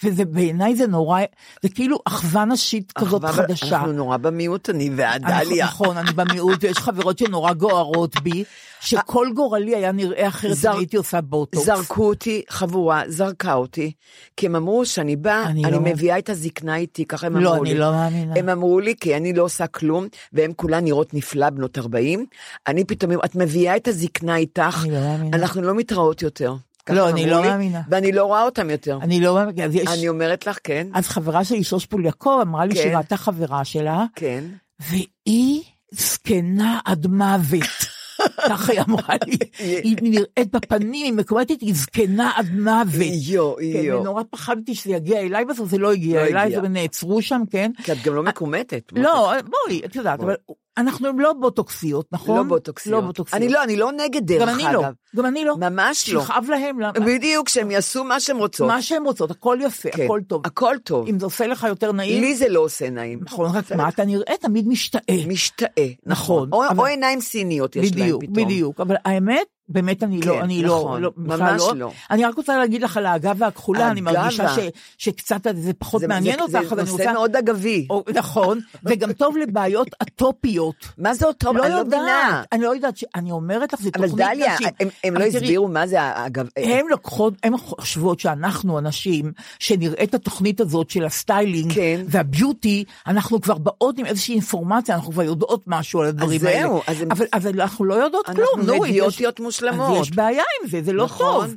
וזה בעיניי זה נורא, זה כאילו אחווה נשית כזאת חדשה. אנחנו נורא במיעוט, אני ועדליה. נכון, אני במיעוט, ויש חברות שנורא גוערות בי, שכל גורלי היה נראה אחרת, הייתי עושה בוטוקס. זרקו אותי, חבורה, זרקה אותי, כי הם אמרו שאני באה, אני מביאה את הזקנה איתי, ככה הם אמרו לי. לא, אני לא מאמינה. הם אמרו לי, כי אני לא עושה כלום, והם כולן נראות נפלא, בנות 40, אני פתאום, את מביאה את הזקנה איתך, אנחנו לא מתראות יותר. לא, אני לא מאמינה. ואני לא רואה אותם יותר. אני לא מאמינה. אני אומרת לך, כן. אז חברה שלי, שוש פוליאקוב, אמרה לי שהיא ראתה חברה שלה, כן. והיא זקנה עד מוות. ככה היא אמרה לי, היא נראית בפנים, היא מקומתית, היא זקנה עד מוות. ונורא פחדתי שזה יגיע אליי, בסוף זה לא הגיע אליי, זה נעצרו שם, כן. כי את גם לא מקומתת. לא, בואי, את יודעת, אבל אנחנו לא בוטוקסיות, נכון? לא בוטוקסיות. אני לא נגד דרך אגב. גם אני לא. ממש לא. שכאב להם. בדיוק, שהם יעשו מה שהם רוצות. מה שהם רוצות, הכל יפה, הכל טוב. הכל טוב. אם זה עושה לך יותר נעים. לי זה לא עושה נעים. נכון, רק מה אתה נראה? תמיד משתאה. משתאה, נכון. או עיניים סיניות יש להם פתאום. בדיוק, אבל האמת, באמת אני לא, ממש לא. אני רק רוצה להגיד לך על האגב והכחולה, אני מרגישה שקצת זה פחות מעניין אותך. זה נושא מאוד אגבי. נכון, וגם טוב לבעיות אטופיות. מה זה אטופ? אני לא מבינה. אני לא יודעת, אני אומרת לך, זה תוכנית נשית. אבל דליה, הם לא הסבירו מה זה האגב. הם חושבות שאנחנו אנשים, שנראה את התוכנית הזאת של הסטיילינג, והביוטי, אנחנו כבר באות עם איזושהי אינפורמציה, אנחנו כבר יודעות משהו על הדברים האלה. אז אנחנו לא יודעות כלום. אנחנו מגיעות מושלמות. אז יש בעיה עם זה, זה לא טוב.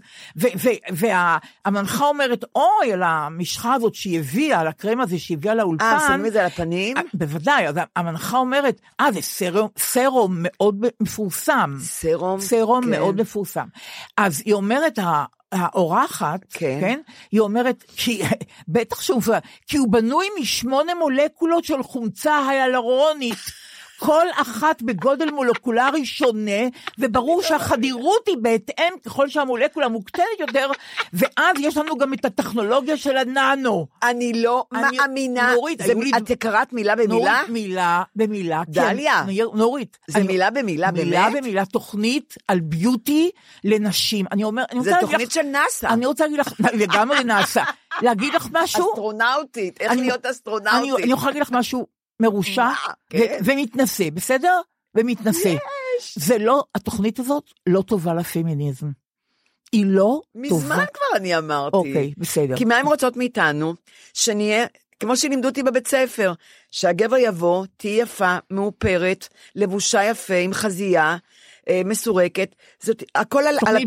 והמנחה אומרת, אוי, על המשחה הזאת שהיא הביאה, על הקרם הזה שהיא הביאה לאולפן. שמים את זה על הפנים? בוודאי, אז המנחה אומרת, זה סרום מאוד מפורסם. סרום מאוד מפורסם. אז היא אומרת, האורחת, כן? היא אומרת, בטח כי הוא בנוי מ8 מולקולות של חומצה היאלורונית. כל אחת בגודל מולקולרי שונה, וברור שהחדירות היא בהתאם ככל שהמולקולה מוקטנת יותר, ואז יש לנו גם את הטכנולוגיה של הננו. אני לא מאמינה. נורית, את קראת מילה במילה? נורית, מילה במילה. דליה. נורית. זה מילה במילה, באמת? מילה במילה, תוכנית על ביוטי לנשים. זה תוכנית של נאסא. אני רוצה להגיד לך, לגמרי נאסא. להגיד לך משהו? אסטרונאוטית, איך להיות אסטרונאוטית? אני יכולה להגיד לך משהו מרושע ומתנסה, בסדר? ומתנסה. זה לא, התוכנית הזאת לא טובה לפמיניזם. היא לא טובה. מזמן כבר אני אמרתי. אוקיי, בסדר. כי מה הם רוצות מאיתנו? שנהיה, כמו שלימדו אותי בבית ספר, שהגבר יבוא, תהיה יפה, מאופרת, לבושה יפה, עם חזייה, מסורקת, זאת, הכל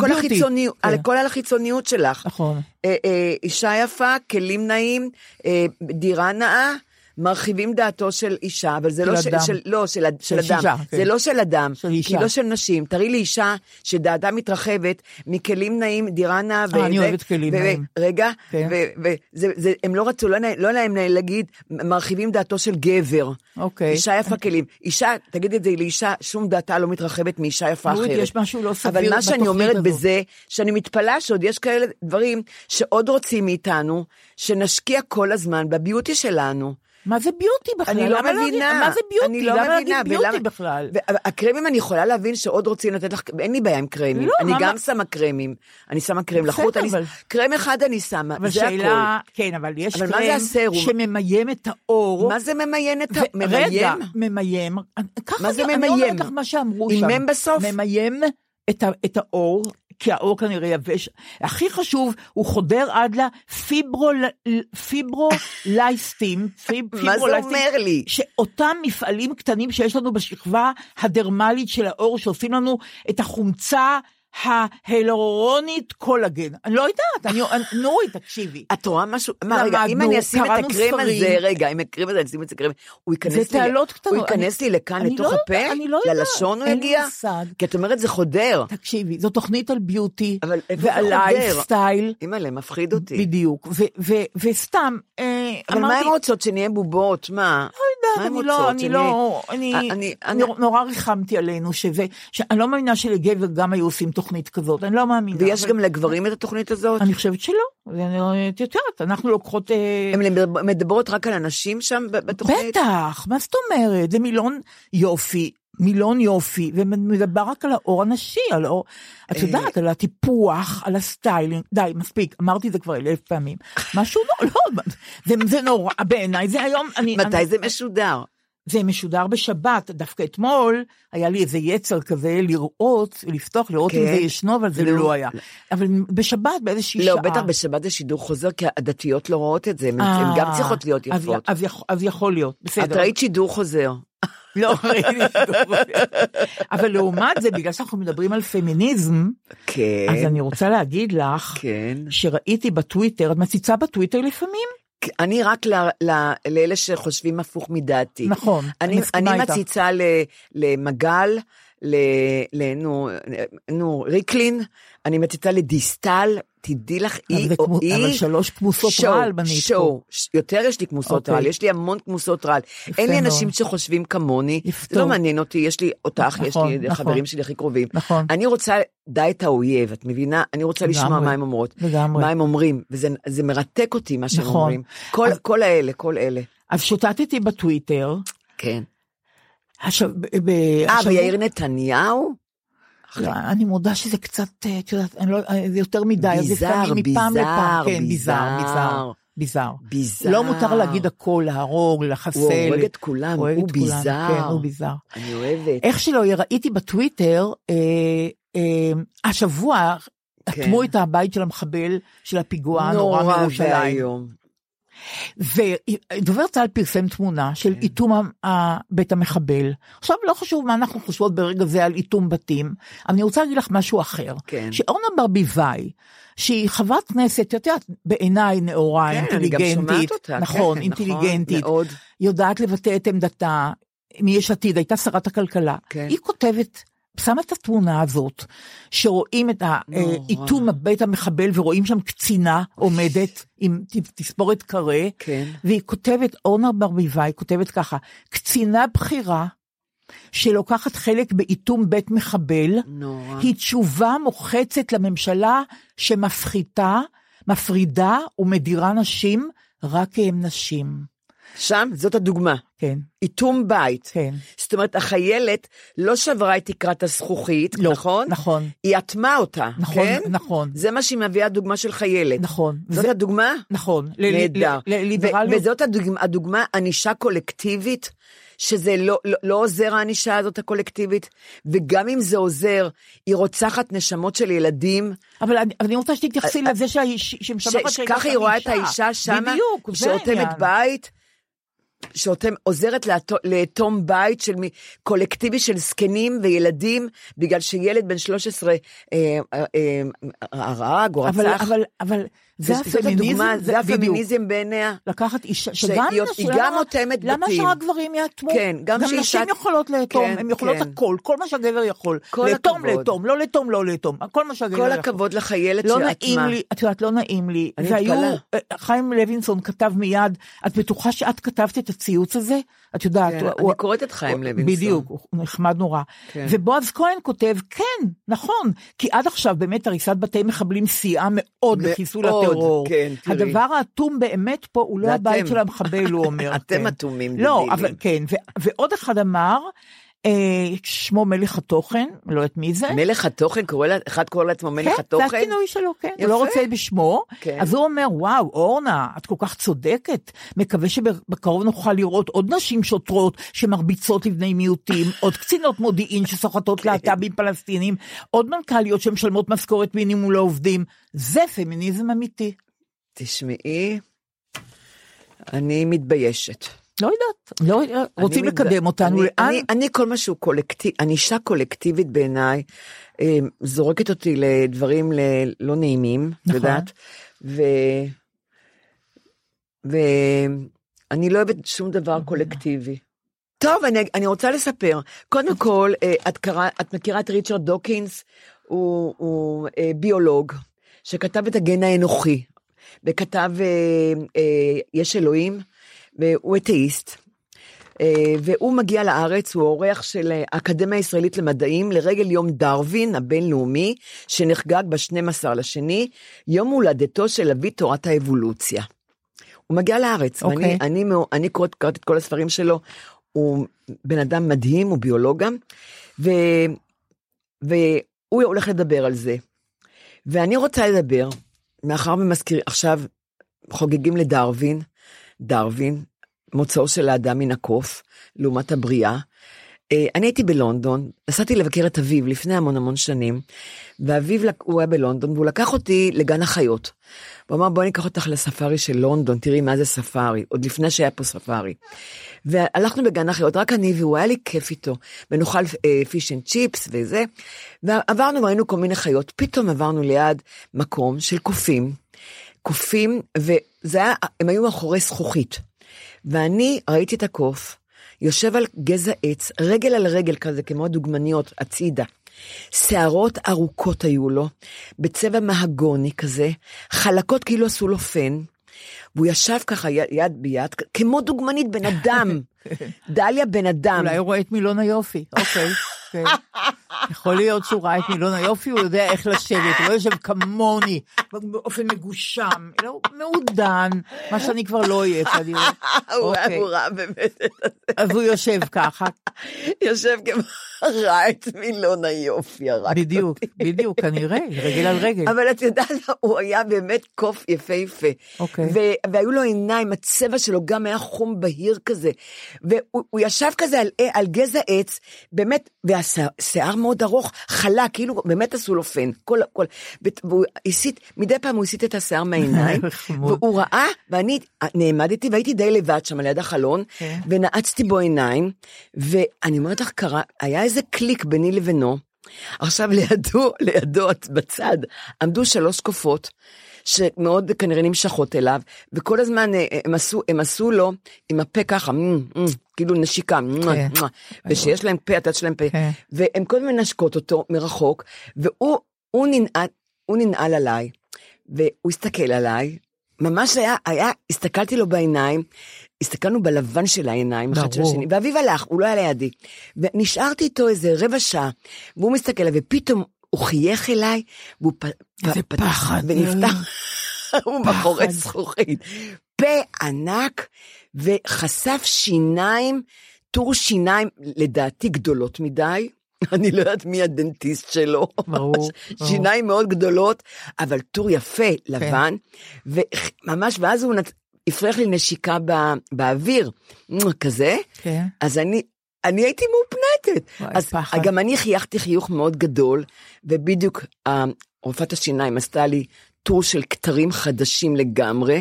על החיצוניות שלך. נכון. אישה יפה, כלים נעים, דירה נאה, מרחיבים דעתו של אישה, אבל זה לא של אדם, זה לא של אדם, כי לא של נשים. תראי לי אישה שדעתה מתרחבת, מכלים נעים, דירה נאה, אני אוהבת כלים נעים. רגע, הם לא רצו, לא להם להגיד, מרחיבים דעתו של גבר. אישה יפה כלים. אישה, תגיד את זה, לאישה, שום דעתה לא מתרחבת מאישה יפה אחרת. יש משהו לא סביר. אבל מה שאני אומרת בזה, שאני מתפלאה שעוד יש כאלה דברים, שעוד רוצים מאיתנו, שנשקיע כל הזמן בביוטי שלנו. מה זה ביוטי בכלל? אני לא מבינה. מה זה ביוטי? למה להגיד ביוטי בכלל? הקרמים אני יכולה להבין שעוד רוצים לתת לך, אין לי בעיה עם קרמים. אני גם שמה קרמים. אני שמה קרם לחוט, קרם אחד אני שמה, זה הכל. כן, אבל יש קרם שממיים את האור. מה זה ממיין את האור? רגע, ממיין. מה זה ממיין? אני אומרת לך מה שאמרו שם. עם בסוף? ממיין את האור. כי האור כנראה יבש, הכי חשוב, הוא חודר עד לפיברולייסטים, מה זה אומר לי? שאותם מפעלים קטנים שיש לנו בשכבה הדרמלית של האור, שעושים לנו את החומצה ההיאלורונית קולגן. אני לא יודעת, נורית, תקשיבי. את רואה משהו? מה, רגע, אם אני אשים את הקרם הזה, רגע, אם הקרם הזה, אני אשים את הקרם, הוא ייכנס לי לכאן, לתוך הפה? ללשון הוא יגיע? כי את אומרת, זה חודר. תקשיבי, זו תוכנית על ביוטי, ועל לייפסטייל. אימא'לה, מפחיד אותי. בדיוק, וסתם, אבל מה הם רוצות, שנהיה בובות? מה? אני נורא ריחמתי עלינו, שאני לא מאמינה שלגבר גם היו עושים תוכנית כזאת, אני לא מאמינה. ויש גם לגברים את התוכנית הזאת? אני חושבת שלא, אנחנו לוקחות... הן מדברות רק על אנשים שם בתוכנית? בטח, מה זאת אומרת? זה מילון יופי, מילון יופי, ומדבר רק על האור הנשי, על האור, את יודעת, על הטיפוח, על הסטיילינג, די, מספיק, אמרתי זה כבר 1,000 פעמים, משהו לא, זה נורא, בעיניי זה היום, מתי זה משודר? זה משודר בשבת, דווקא אתמול היה לי איזה יצר כזה לראות אם זה ישנו, אבל זה לא היה. אבל בשבת באיזושהי שעה. לא, בטח בשבת זה שידור חוזר, כי הדתיות לא רואות את זה, הן גם צריכות להיות יפות. אז יכול להיות, בסדר. את ראית שידור חוזר. לא ראיתי שידור חוזר. אבל לעומת זה, בגלל שאנחנו מדברים על פמיניזם, אז אני רוצה להגיד לך, שראיתי בטוויטר, את מציצה בטוויטר לפעמים? אני רק לאלה שחושבים הפוך מדעתי. נכון, אני מציצה למגל, ריקלין, אני מציצה לדיסטל, תדעי לך, אבל 3 כמוסות רעל בנית פה. יותר יש לי כמוסות רעל, יש לי המון כמוסות רעל. אין לי אנשים שחושבים כמוני, זה לא מעניין אותי, יש לי אותך, יש לי חברים שלי הכי קרובים. אני רוצה די את האויב, את מבינה? אני רוצה לשמוע מה הם אומרות, מה הם אומרים, וזה מרתק אותי מה שהם אומרים. כל אלה. אז שוטטתי בטוויטר. כן. ויאיר נתניהו? אני מודה שזה קצת, את יודעת, זה יותר מדי, ביזר. לא מותר להגיד הכל, להרוג, לחסל. הוא הורג את כולם, הוא ביזר. אני אוהבת. איך שלא, ראיתי בטוויטר, השבוע, אטמו את הבית של המחבל, של הפיגוע נורא מירושלים. ודובר צה"ל פרסם תמונה של איתום בית המחבל. עכשיו לא חשוב מה אנחנו חושבות ברגע זה על איתום בתים, אני רוצה להגיד לך משהו אחר, שאורנה ברביבאי, שהיא חברת כנסת, יודעת, בעיניי נאורה, אינטליגנטית, נכון, אינטליגנטית, יודעת לבטא את עמדתה, מיש עתיד, הייתה שרת הכלכלה, היא כותבת, שמה את התמונה הזאת, שרואים את האיתום בית המחבל, ורואים שם קצינה עומדת, עם תספורת קרה, והיא כותבת, אורנה ברביבאי, כותבת ככה, קצינה בחירה, שלוקחת חלק באיתום בית מחבל, היא תשובה מוחצת לממשלה, שמפחיתה, מפרידה ומדירה נשים, רק כי הם נשים. שם, זאת הדוגמה. כן. איתום בית. כן. זאת אומרת, החיילת לא שברה את תקרת הזכוכית, לא, נכון? נכון. היא אטמה אותה, נכון, כן? נכון. זה מה שהיא מביאה דוגמה של חיילת. נכון. זאת הדוגמה? נכון. נהדר. וזאת הדוגמה, ענישה קולקטיבית, שזה לא עוזר הענישה הזאת הקולקטיבית, וגם אם זה עוזר, היא רוצחת נשמות של ילדים. אבל אני רוצה שתתייחסי לזה שככה היא רואה את האישה שמה, שאותמת בית, שעוזרת לאטום בית של קולקטיבי של זקנים וילדים, בגלל שילד בן 13 הרג או רצח. אבל זה הפמיניזם, זה הפמיניזם בעיניה. לקחת אישה, שהיא גם אוטמת בתים. למה שרק גברים יאטמו? כן, גם נשים יכולות לאטום, הן יכולות הכל, כל מה שהגבר יכול. לאטום, לא לאטום, כל מה שהגבר יכול. כל הכבוד לחיילת שאטמה. את יודעת, לא נעים לי. והיו, חיים לוינסון כתב מיד, את בטוחה שאת כתבת את הציוץ הזה? את יודעת. אני קוראת את חיים לוינסון. בדיוק, הוא נחמד נורא. ובועז כהן כותב, כן, נכון, כי עד עכשיו באמת הריסת בתי מחבלים סייעה מאוד לחיסול הטרור. הדבר האטום באמת פה הוא לא הבית של המחבל, הוא אומר. אתם אטומים. לא, אבל כן, ועוד אחד אמר, שמו מלך התוכן, לא יודעת מי זה. מלך התוכן, אחד קורא לעצמו מלך התוכן? כן, זה הכינוי שלו, כן. הוא לא רוצה בשמו, אז הוא אומר, וואו, אורנה, את כל כך צודקת, מקווה שבקרוב נוכל לראות עוד נשים שוטרות שמרביצות לבני מיעוטים, עוד קצינות מודיעין שסוחטות להט"בים פלסטינים, עוד מנכ"ליות שמשלמות משכורת מינימום לעובדים. זה פמיניזם אמיתי. תשמעי, אני מתביישת. לא יודעת, רוצים לקדם אותנו. אני כל משהו קולקטיבי, ענישה קולקטיבית בעיניי, זורקת אותי לדברים לא נעימים, יודעת, ואני לא אוהבת שום דבר קולקטיבי. טוב, אני רוצה לספר, קודם כל, את מכירה את ריצ'רד דוקינס, הוא ביולוג, שכתב את הגן האנוכי, וכתב יש אלוהים, והוא אתאיסט, והוא מגיע לארץ, הוא אורח של האקדמיה הישראלית למדעים, לרגל יום דרווין הבינלאומי, שנחגג ב-12 לשני, יום הולדתו של אבי תורת האבולוציה. הוא מגיע לארץ, ואני קוראת את כל הספרים שלו, הוא בן אדם מדהים, הוא ביולוג גם, והוא הולך לדבר על זה. ואני רוצה לדבר, מאחר ומזכיר, עכשיו חוגגים דרווין, מוצאו של האדם מן הקוף, לעומת הבריאה. אני הייתי בלונדון, נסעתי לבקר את אביו לפני המון שנים, ואביו הוא היה בלונדון, והוא לקח אותי לגן החיות. הוא אמר, בואי ניקח אותך לספארי של לונדון, תראי מה זה ספארי, עוד לפני שהיה פה ספארי. והלכנו בגן החיות, רק אני והוא, היה לי כיף איתו, ונאכל פיש אנד צ'יפס וזה, ועברנו, ראינו כל מיני חיות, פתאום עברנו ליד מקום של קופים, וזה היה, הם היו מאחורי זכוכית, ואני ראיתי את הקוף, יושב על גזע עץ, רגל על רגל כזה, כמו הדוגמניות, הצידה. שערות ארוכות היו לו, בצבע מהגוני כזה, חלקות כאילו עשו לו פן, והוא ישב ככה יד ביד, כמו דוגמנית בן אדם, דליה בן אדם. אולי הוא רואה את מילון היופי, אוקיי. יכול להיות שהוא ראה את מילון היופי, הוא יודע איך לשבת, הוא לא יושב כמוני, באופן מגושם, מעודן, מה שאני כבר לא אהיה כנראה. הוא ראה באמת. אז הוא יושב ככה. יושב כמו ראה את מילון היופי. בדיוק, כנראה, רגל על רגל. אבל את יודעת, הוא היה באמת קוף יפה. והיו לו עיניים, הצבע שלו גם היה חום בהיר כזה, והוא ישב כזה על גזע עץ, באמת, והשיער מאוד ארוך, חלה, כאילו באמת עשו לו פן, והוא הסיט, מדי פעם הוא הסיט את השיער מהעיניים, והוא ראה, ואני נעמדתי, והייתי די לבד שם על יד החלון, ונעצתי בו עיניים, ואני אומרת לך, היה איזה קליק ביני לבינו, עכשיו לידו בצד, עמדו 3 קופות, שמאוד כנראה נמשכות אליו, וכל הזמן הם עשו לו, עם הפה ככה, כאילו נשיקה, ושיש להם פה, התת שלהם פה, והם כל הזמן נשקות אותו מרחוק, והוא ננעל עליי, והוא הסתכל עליי, ממש הסתכלתי לו בעיניים, הסתכלנו בלבן של העיניים, אחד של השני, ואביו הלך, הוא לא היה לידי, ונשארתי איתו איזה רבע שעה, והוא מסתכל עליו, ופתאום הוא חייך אליי, והוא פתח, ונפתח, הוא מאחורי זכוכית, פה ענק, וחשף שיניים, טור שיניים, לדעתי גדולות מדי, אני לא יודעת מי הדנטיסט שלו, שיניים מאוד גדולות, אבל טור יפה, לבן, וממש, ואז הוא הפריח לי נשיקה באוויר, כזה, אז אני הייתי מאופנתת, אז גם אני חייכתי חיוך מאוד גדול, ובדיוק רופאת השיניים עשתה לי טור של כתרים חדשים לגמרי,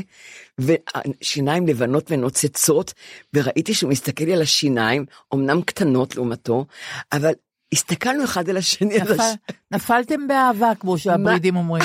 ושיניים לבנות ונוצצות, וראיתי שהוא מסתכל לי על השיניים, אמנם קטנות לעומתו, אבל הסתכלנו אחד על השני. נפלתם באהבה, כמו שהברידים אומרים.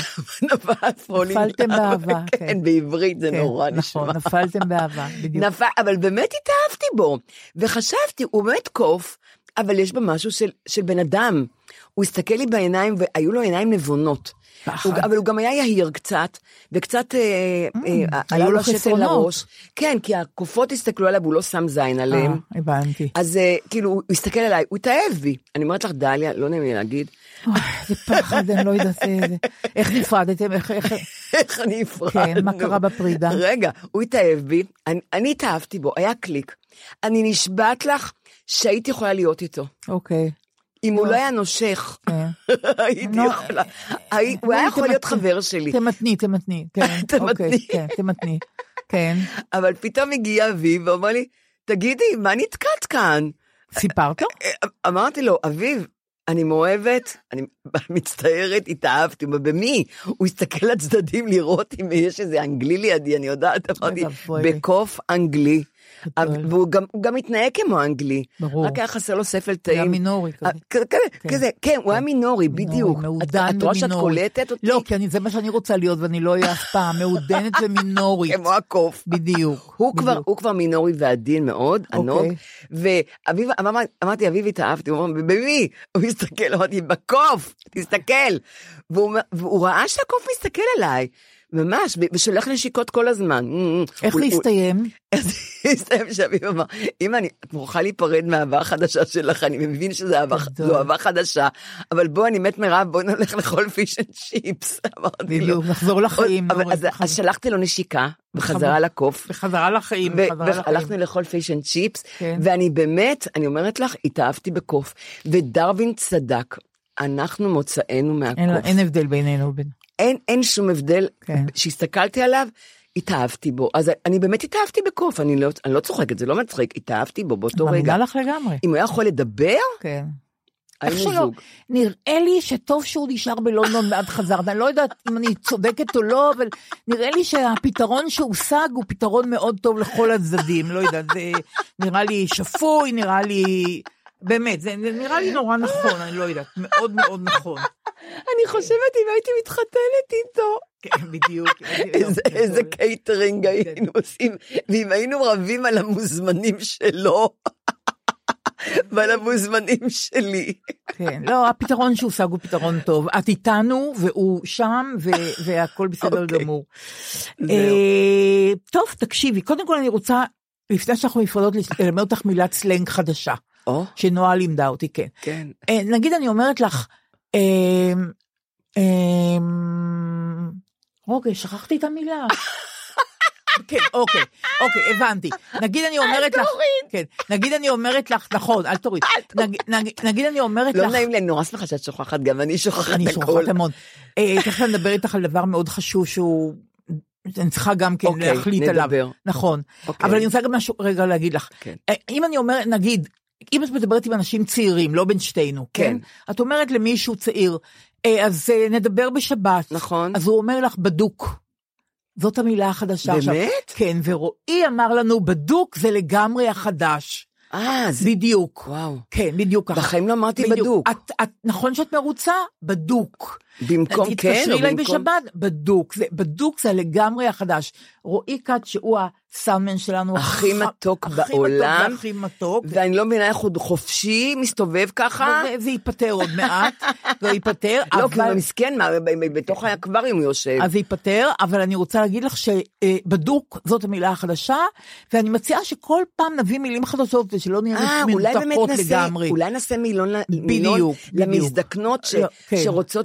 נפלתם באהבה. כן, בעברית זה נורא נשמע. נכון, נפלתם באהבה, בדיוק. אבל באמת התאהבתי בו, וחשבתי, הוא באמת קוף, אבל יש בה משהו של בן אדם. הוא הסתכל לי בעיניים, והיו לו עיניים נבונות. אבל הוא גם היה יהיר קצת, וקצת היה לו שתל לראש. כן, כי הקופות הסתכלו עליו, הוא לא שם זין עליהם. הבנתי. אז כאילו, הוא הסתכל עליי, הוא התאהב בי. אני אומרת לך, דליה, לא נעים לי להגיד. זה פחד, אני לא יודעת איזה. איך נפרדתם? איך אני נפרד? כן, מה קרה בפרידה? רגע, הוא התאהב בי, אני התאהבתי בו, היה קליק. אני נשבעת לך שהייתי יכולה להיות איתו. אוקיי. אם הוא לא היה נושך, הייתי יכולה, הוא היה יכול להיות חבר שלי. תמתני, כן. אבל פתאום הגיע אביב ואומר לי, תגידי, מה נתקעת כאן? סיפרת? אמרתי לו, אביב, אני מאוהבת, אני מצטערת, התאהבתי, במי? הוא הסתכל לצדדים לראות אם יש איזה אנגלי לידי, אני יודעת, אמרתי, בקוף אנגלי. והוא גם התנהג כמו אנגלי, רק היה חסר לו ספל טעים. היה מינורי כזה. כן, הוא היה מינורי, בדיוק. מעודן רואה שאת קולטת אותי? לא, כי זה מה שאני רוצה להיות, ואני לא אהיה אף פעם, מעודנת ומינורית. כמו הקוף. בדיוק. הוא כבר מינורי ועדין מאוד, ענוג, ואביב, אמרתי, אביב התאהבתי, הוא אומר, במי? הוא מסתכל, אמרתי, בקוף, תסתכל. והוא ראה שהקוף מסתכל עליי, ממש, ושולח נשיקות כל הזמן. איך להסתיים? אז להסתיים שאביב אמר, אם את מוכרחה להיפרד מהאהבה החדשה שלך, אני מבין שזו אהבה חדשה, אבל בוא, אני מת מרב, בוא נלך לאכול פיש אנד צ'יפס. אמרתי לו. נחזור לחיים. אז שלחתי לו נשיקה, בחזרה לקוף. בחזרה לחיים. והלכנו לאכול פיש אנד צ'יפס, ואני באמת, אני אומרת לך, התאהבתי בקוף, ודרווין צדק, אנחנו מוצאנו מהקוף. אין הבדל בינינו ובין. אין שום הבדל, שהסתכלתי עליו, התאהבתי בו, אז אני באמת התאהבתי בקוף, אני לא צוחקת, זה לא מצחיק, התאהבתי בו באותו רגע. מאמינה לך לגמרי. אם הוא היה יכול לדבר, כן. היינו זוג. נראה לי שטוב שהוא נשאר בלונדון ועד חזר, אני לא יודעת אם אני צודקת או לא, אבל נראה לי שהפתרון שהושג הוא פתרון מאוד טוב לכל הצדדים, לא יודעת, זה נראה לי שפוי, נראה לי, באמת, זה נראה לי נורא נכון, אני לא יודעת, מאוד מאוד נכון. אני חושבת אם הייתי מתחתנת איתו. כן, בדיוק. איזה קייטרינג היינו עושים, ואם היינו רבים על המוזמנים שלו, ועל המוזמנים שלי. כן, לא, הפתרון שהושג הוא פתרון טוב. את איתנו, והוא שם, והכל בסדר גמור. טוב, תקשיבי, קודם כל אני רוצה, לפני שאנחנו נפרדות, ללמד אותך מילת סלנג חדשה. שנועה לימדה אותי, כן. נגיד אני אומרת לך, אוקיי, שכחתי את המילה. כן, אוקיי, הבנתי. נגיד אני אומרת לך, כן, נגיד אני אומרת לך, נכון, אל תוריד. נגיד אני אומרת לך, לא נעים לי, אני נורא שמחה שאת שוכחת, גם אני שוכחת הכל. אני שוכחת המון. תכף אני מדבר איתך על דבר מאוד חשוב שהוא, אני צריכה גם כן להחליט עליו. נכון. אבל אני רוצה גם משהו רגע להגיד לך. אם אני אומרת, נגיד, אם את מדברת עם אנשים צעירים, לא בין שתינו, כן? את אומרת למישהו צעיר, אז נדבר בשבת. נכון. אז הוא אומר לך בדוק. זאת המילה החדשה. באמת? כן, ורועי אמר לנו בדוק זה לגמרי החדש. בדיוק. וואו. כן, בדיוק ככה. בחיים לא אמרתי בדוק. נכון שאת מרוצה? בדוק. במקום כן או תתקשרי אליי בשבת? בדוק. בדוק זה לגמרי החדש. רועי קט שהוא הסאונדמן שלנו. הכי מתוק בעולם. הכי מתוק. ואני לא מבינה איך הוא חופשי, מסתובב ככה. זה ייפטר עוד מעט. זה ייפטר. לא, כי הוא מסכן, בתוך האקווריום הוא יושב. אז זה ייפטר, אבל אני רוצה להגיד לך שבדוק זאת המילה החדשה, ואני מציעה שכל פעם נביא מילים חדשות, שלא נהיה מנותקות לגמרי. אולי נעשה מילון למזדקנות שרוצות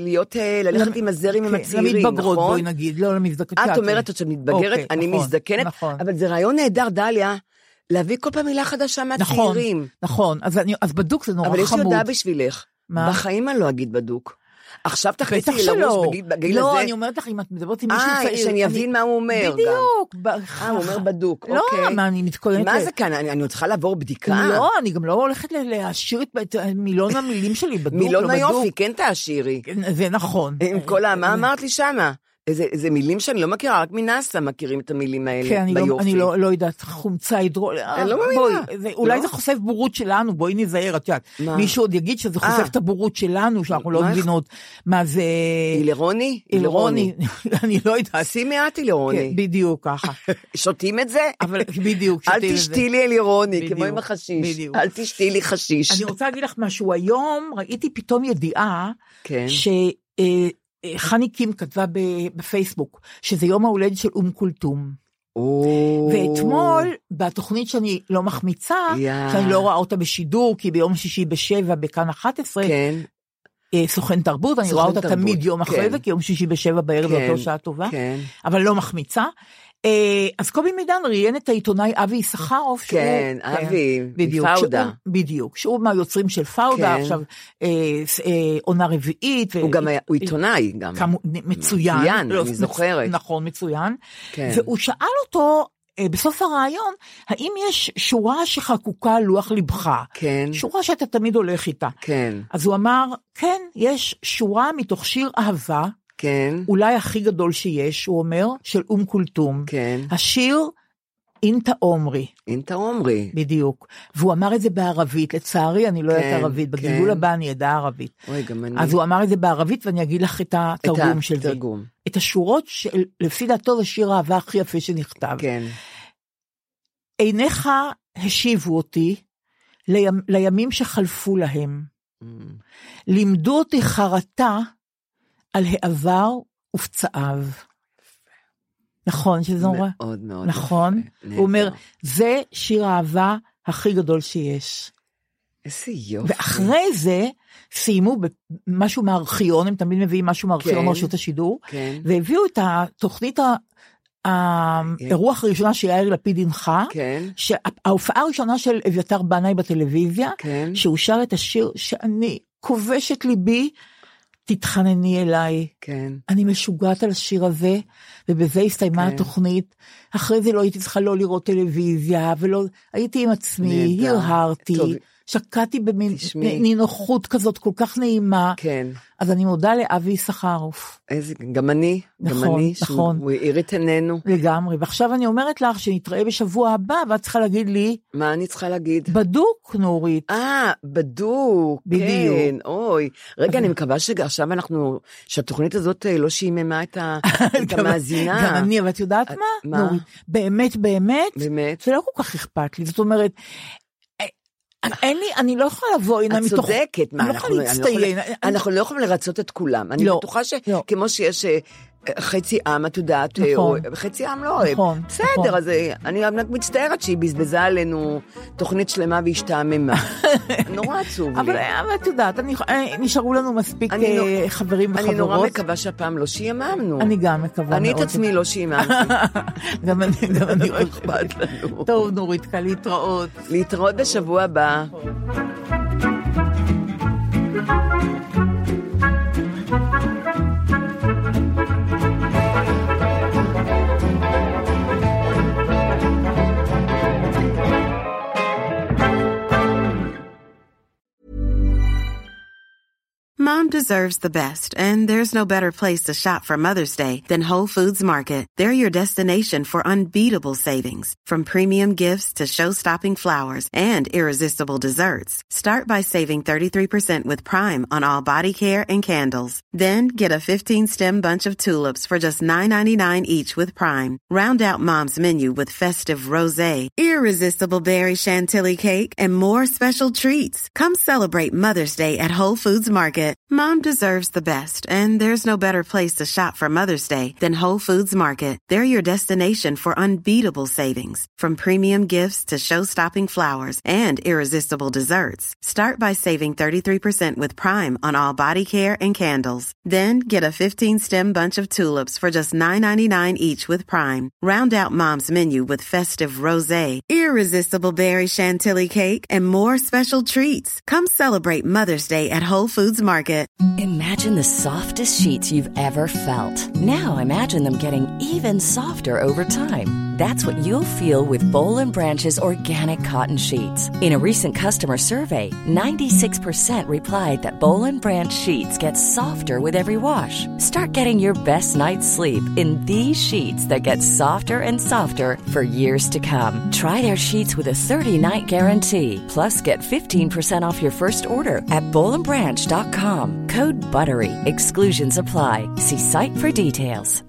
ללכת עם הזרים עם הצעירים, נכון? למתבגרות, בואי נגיד, לא למזדקנות. את אומרת שאת מתבגרת, אני מזדקנת, אבל זה רעיון נהדר, דליה, להביא כל פעם מילה חדשה מהצעירים. נכון, אז בדוק זה נורא חמוד. אבל יש לי הודעה בשבילך, בחיים אני לא אגיד בדוק. עכשיו תכניסי לי לראש בגיל הזה. לא, אני אומרת לך, אם את מדברת עם מישהו צעיר. שאני אבין מה הוא אומר. בדיוק. הוא אומר בדוק, לא, מה אני מתכוננת. מה זה כאן? אני צריכה לעבור בדיקה? לא, אני גם לא הולכת להשאיר את מילון המילים שלי בדוק. מילון היופי, כן תעשירי. זה נכון. עם כל מה אמרת לי שמה? זה מילים שאני לא מכירה, רק מנאסה מכירים את המילים האלה ביופי. אני לא יודעת, חומצה הידרולית. אני לא מבינה. אולי זה חושף בורות שלנו, בואי נזהר, את יודעת. מישהו עוד יגיד שזה חושף את הבורות שלנו, שאנחנו לא מבינות מה זה... אילרוני? אילרוני, אני לא יודעת. שימי את אילרוני. בדיוק, ככה. שותים את זה? בדיוק, אל תשתי לי אילרוני, כמו עם החשיש. אל תשתי לי חשיש. אני רוצה להגיד לך משהו, היום ראיתי פתאום ידיעה, חני קים כתבה בפייסבוק, שזה יום ההולדת של כולתום. ואתמול, בתוכנית שאני לא מחמיצה, שאני לא רואה אותה בשידור, כי ביום שישי ב7 בכאן 11, סוכן תרבות, אני רואה אותה תמיד יום אחרי זה, כי יום שישי ב7 בערב אותו שעה טובה, אבל לא מחמיצה. אז קובי מידן ראיין את העיתונאי אבי יששכרוף, כן, אבי, מפאודה. בדיוק, שהוא מהיוצרים של פאודה, עכשיו עונה רביעית. הוא עיתונאי גם. מצוין. אני זוכרת. נכון, מצוין. והוא שאל אותו, בסוף הרעיון, האם יש שורה שחקוקה על לוח לבך? כן. שורה שאתה תמיד הולך איתה. כן. אז הוא אמר, כן, יש שורה מתוך שיר אהבה, כן. אולי הכי גדול שיש, הוא אומר, של כולתום. כן. השיר אינטה עומרי. אינטה עומרי. בדיוק. והוא אמר את זה בערבית, לצערי אני לא יודעת ערבית, בגלגול הבא אני ידע ערבית. אוי, גם אני. אז הוא אמר את זה בערבית, ואני אגיד לך את התרגום של זה. את השורות, לפי דעתו זה שיר האהבה הכי יפה שנכתב. כן. עיניך השיבו אותי, לימים שחלפו להם. לימדו אותי חרטה, על העבר ופצעיו. נכון, שזה נורא. מאוד מאוד. נכון. הוא אומר, זה שיר האהבה הכי גדול שיש. איזה יופי. ואחרי זה, סיימו משהו מהארכיון, הם תמיד מביאים משהו מהארכיון רשות השידור, והביאו את התוכנית האירוח הראשונה שיאיר לפיד הנחה, שההופעה הראשונה של אביתר בנאי בטלוויזיה, שהוא שר את השיר שאני כובשת ליבי, תתחנני אליי. אני משוגעת על השיר הזה, ובזה הסתיימה התוכנית. אחרי זה לא הייתי צריכה לא לראות טלוויזיה, ולא, הייתי עם עצמי, הרהרתי, שקעתי בנינוחות כזאת כל כך נעימה. אז אני מודה לאבי יששכרוף. גם אני, נכון. הוא העיר את עינינו. לגמרי, ועכשיו אני אומרת לך שנתראה בשבוע הבא, ואת צריכה להגיד לי... מה אני צריכה להגיד? בדוק, נורית. בדוק, בדיוק. כן, אוי. רגע, אני מקווה שעכשיו שהתוכנית הזאת לא שיממה את המאזינה. גם אני, אבל את יודעת מה? נורית, באמת, זה לא כל כך אכפת לי, זאת אומרת... אני לא יכולה לבוא, את צודקת, אנחנו לא יכולים לרצות את כולם, אני בטוחה שכמו שיש חצי עם, את יודעת, חצי עם לא אוהב, בסדר, אז אני מצטערת שהיא בזבזה עלינו תוכנית שלמה והשתעממה, נורא עצוב לי. אבל את יודעת, נשארו לנו מספיק חברים וחברות. אני נורא מקווה שהפעם לא שיממנו. אני גם מקווה. אני את עצמי לא שיממתי. גם אני לא אכפת לנו. טוב, נורית, קל להתראות. להתראות בשבוע הבא. Mom deserves the best, and there's no better place to shop for Mother's Day than Whole Foods Market. They're your destination for unbeatable savings, from premium gifts to show-stopping flowers and irresistible desserts. Start by saving 33% with Prime on all body care and candles. Then get a 15-stem bunch of tulips for just $9.99 each with Prime. Round out Mom's menu with festive rosé, irresistible berry chantilly cake, and more special treats. Come celebrate Mother's Day at Whole Foods Market. Mom deserves the best, and there's no better place to shop for Mother's Day than Whole Foods Market. They're your destination for unbeatable savings, from premium gifts to show-stopping flowers and irresistible desserts. Start by saving 33% with Prime on all body care and candles. Then get a 15-stem bunch of tulips for just $9.99 each with Prime. Round out Mom's menu with festive rosé, irresistible berry chantilly cake, and more special treats. Come celebrate Mother's Day at Whole Foods Market. Imagine the softest sheets you've ever felt. Now imagine them getting even softer over time. That's what you'll feel with Boll & Branch's organic cotton sheets. In a recent customer survey, 96% replied that Boll & Branch sheets get softer with every wash. Start getting your best night's sleep in these sheets that get softer and softer for years to come. Try their sheets with a 30-night guarantee. Plus, get 15% off your first order at bollandbranch.com. Code BUTTERY. Exclusions apply. See site for details.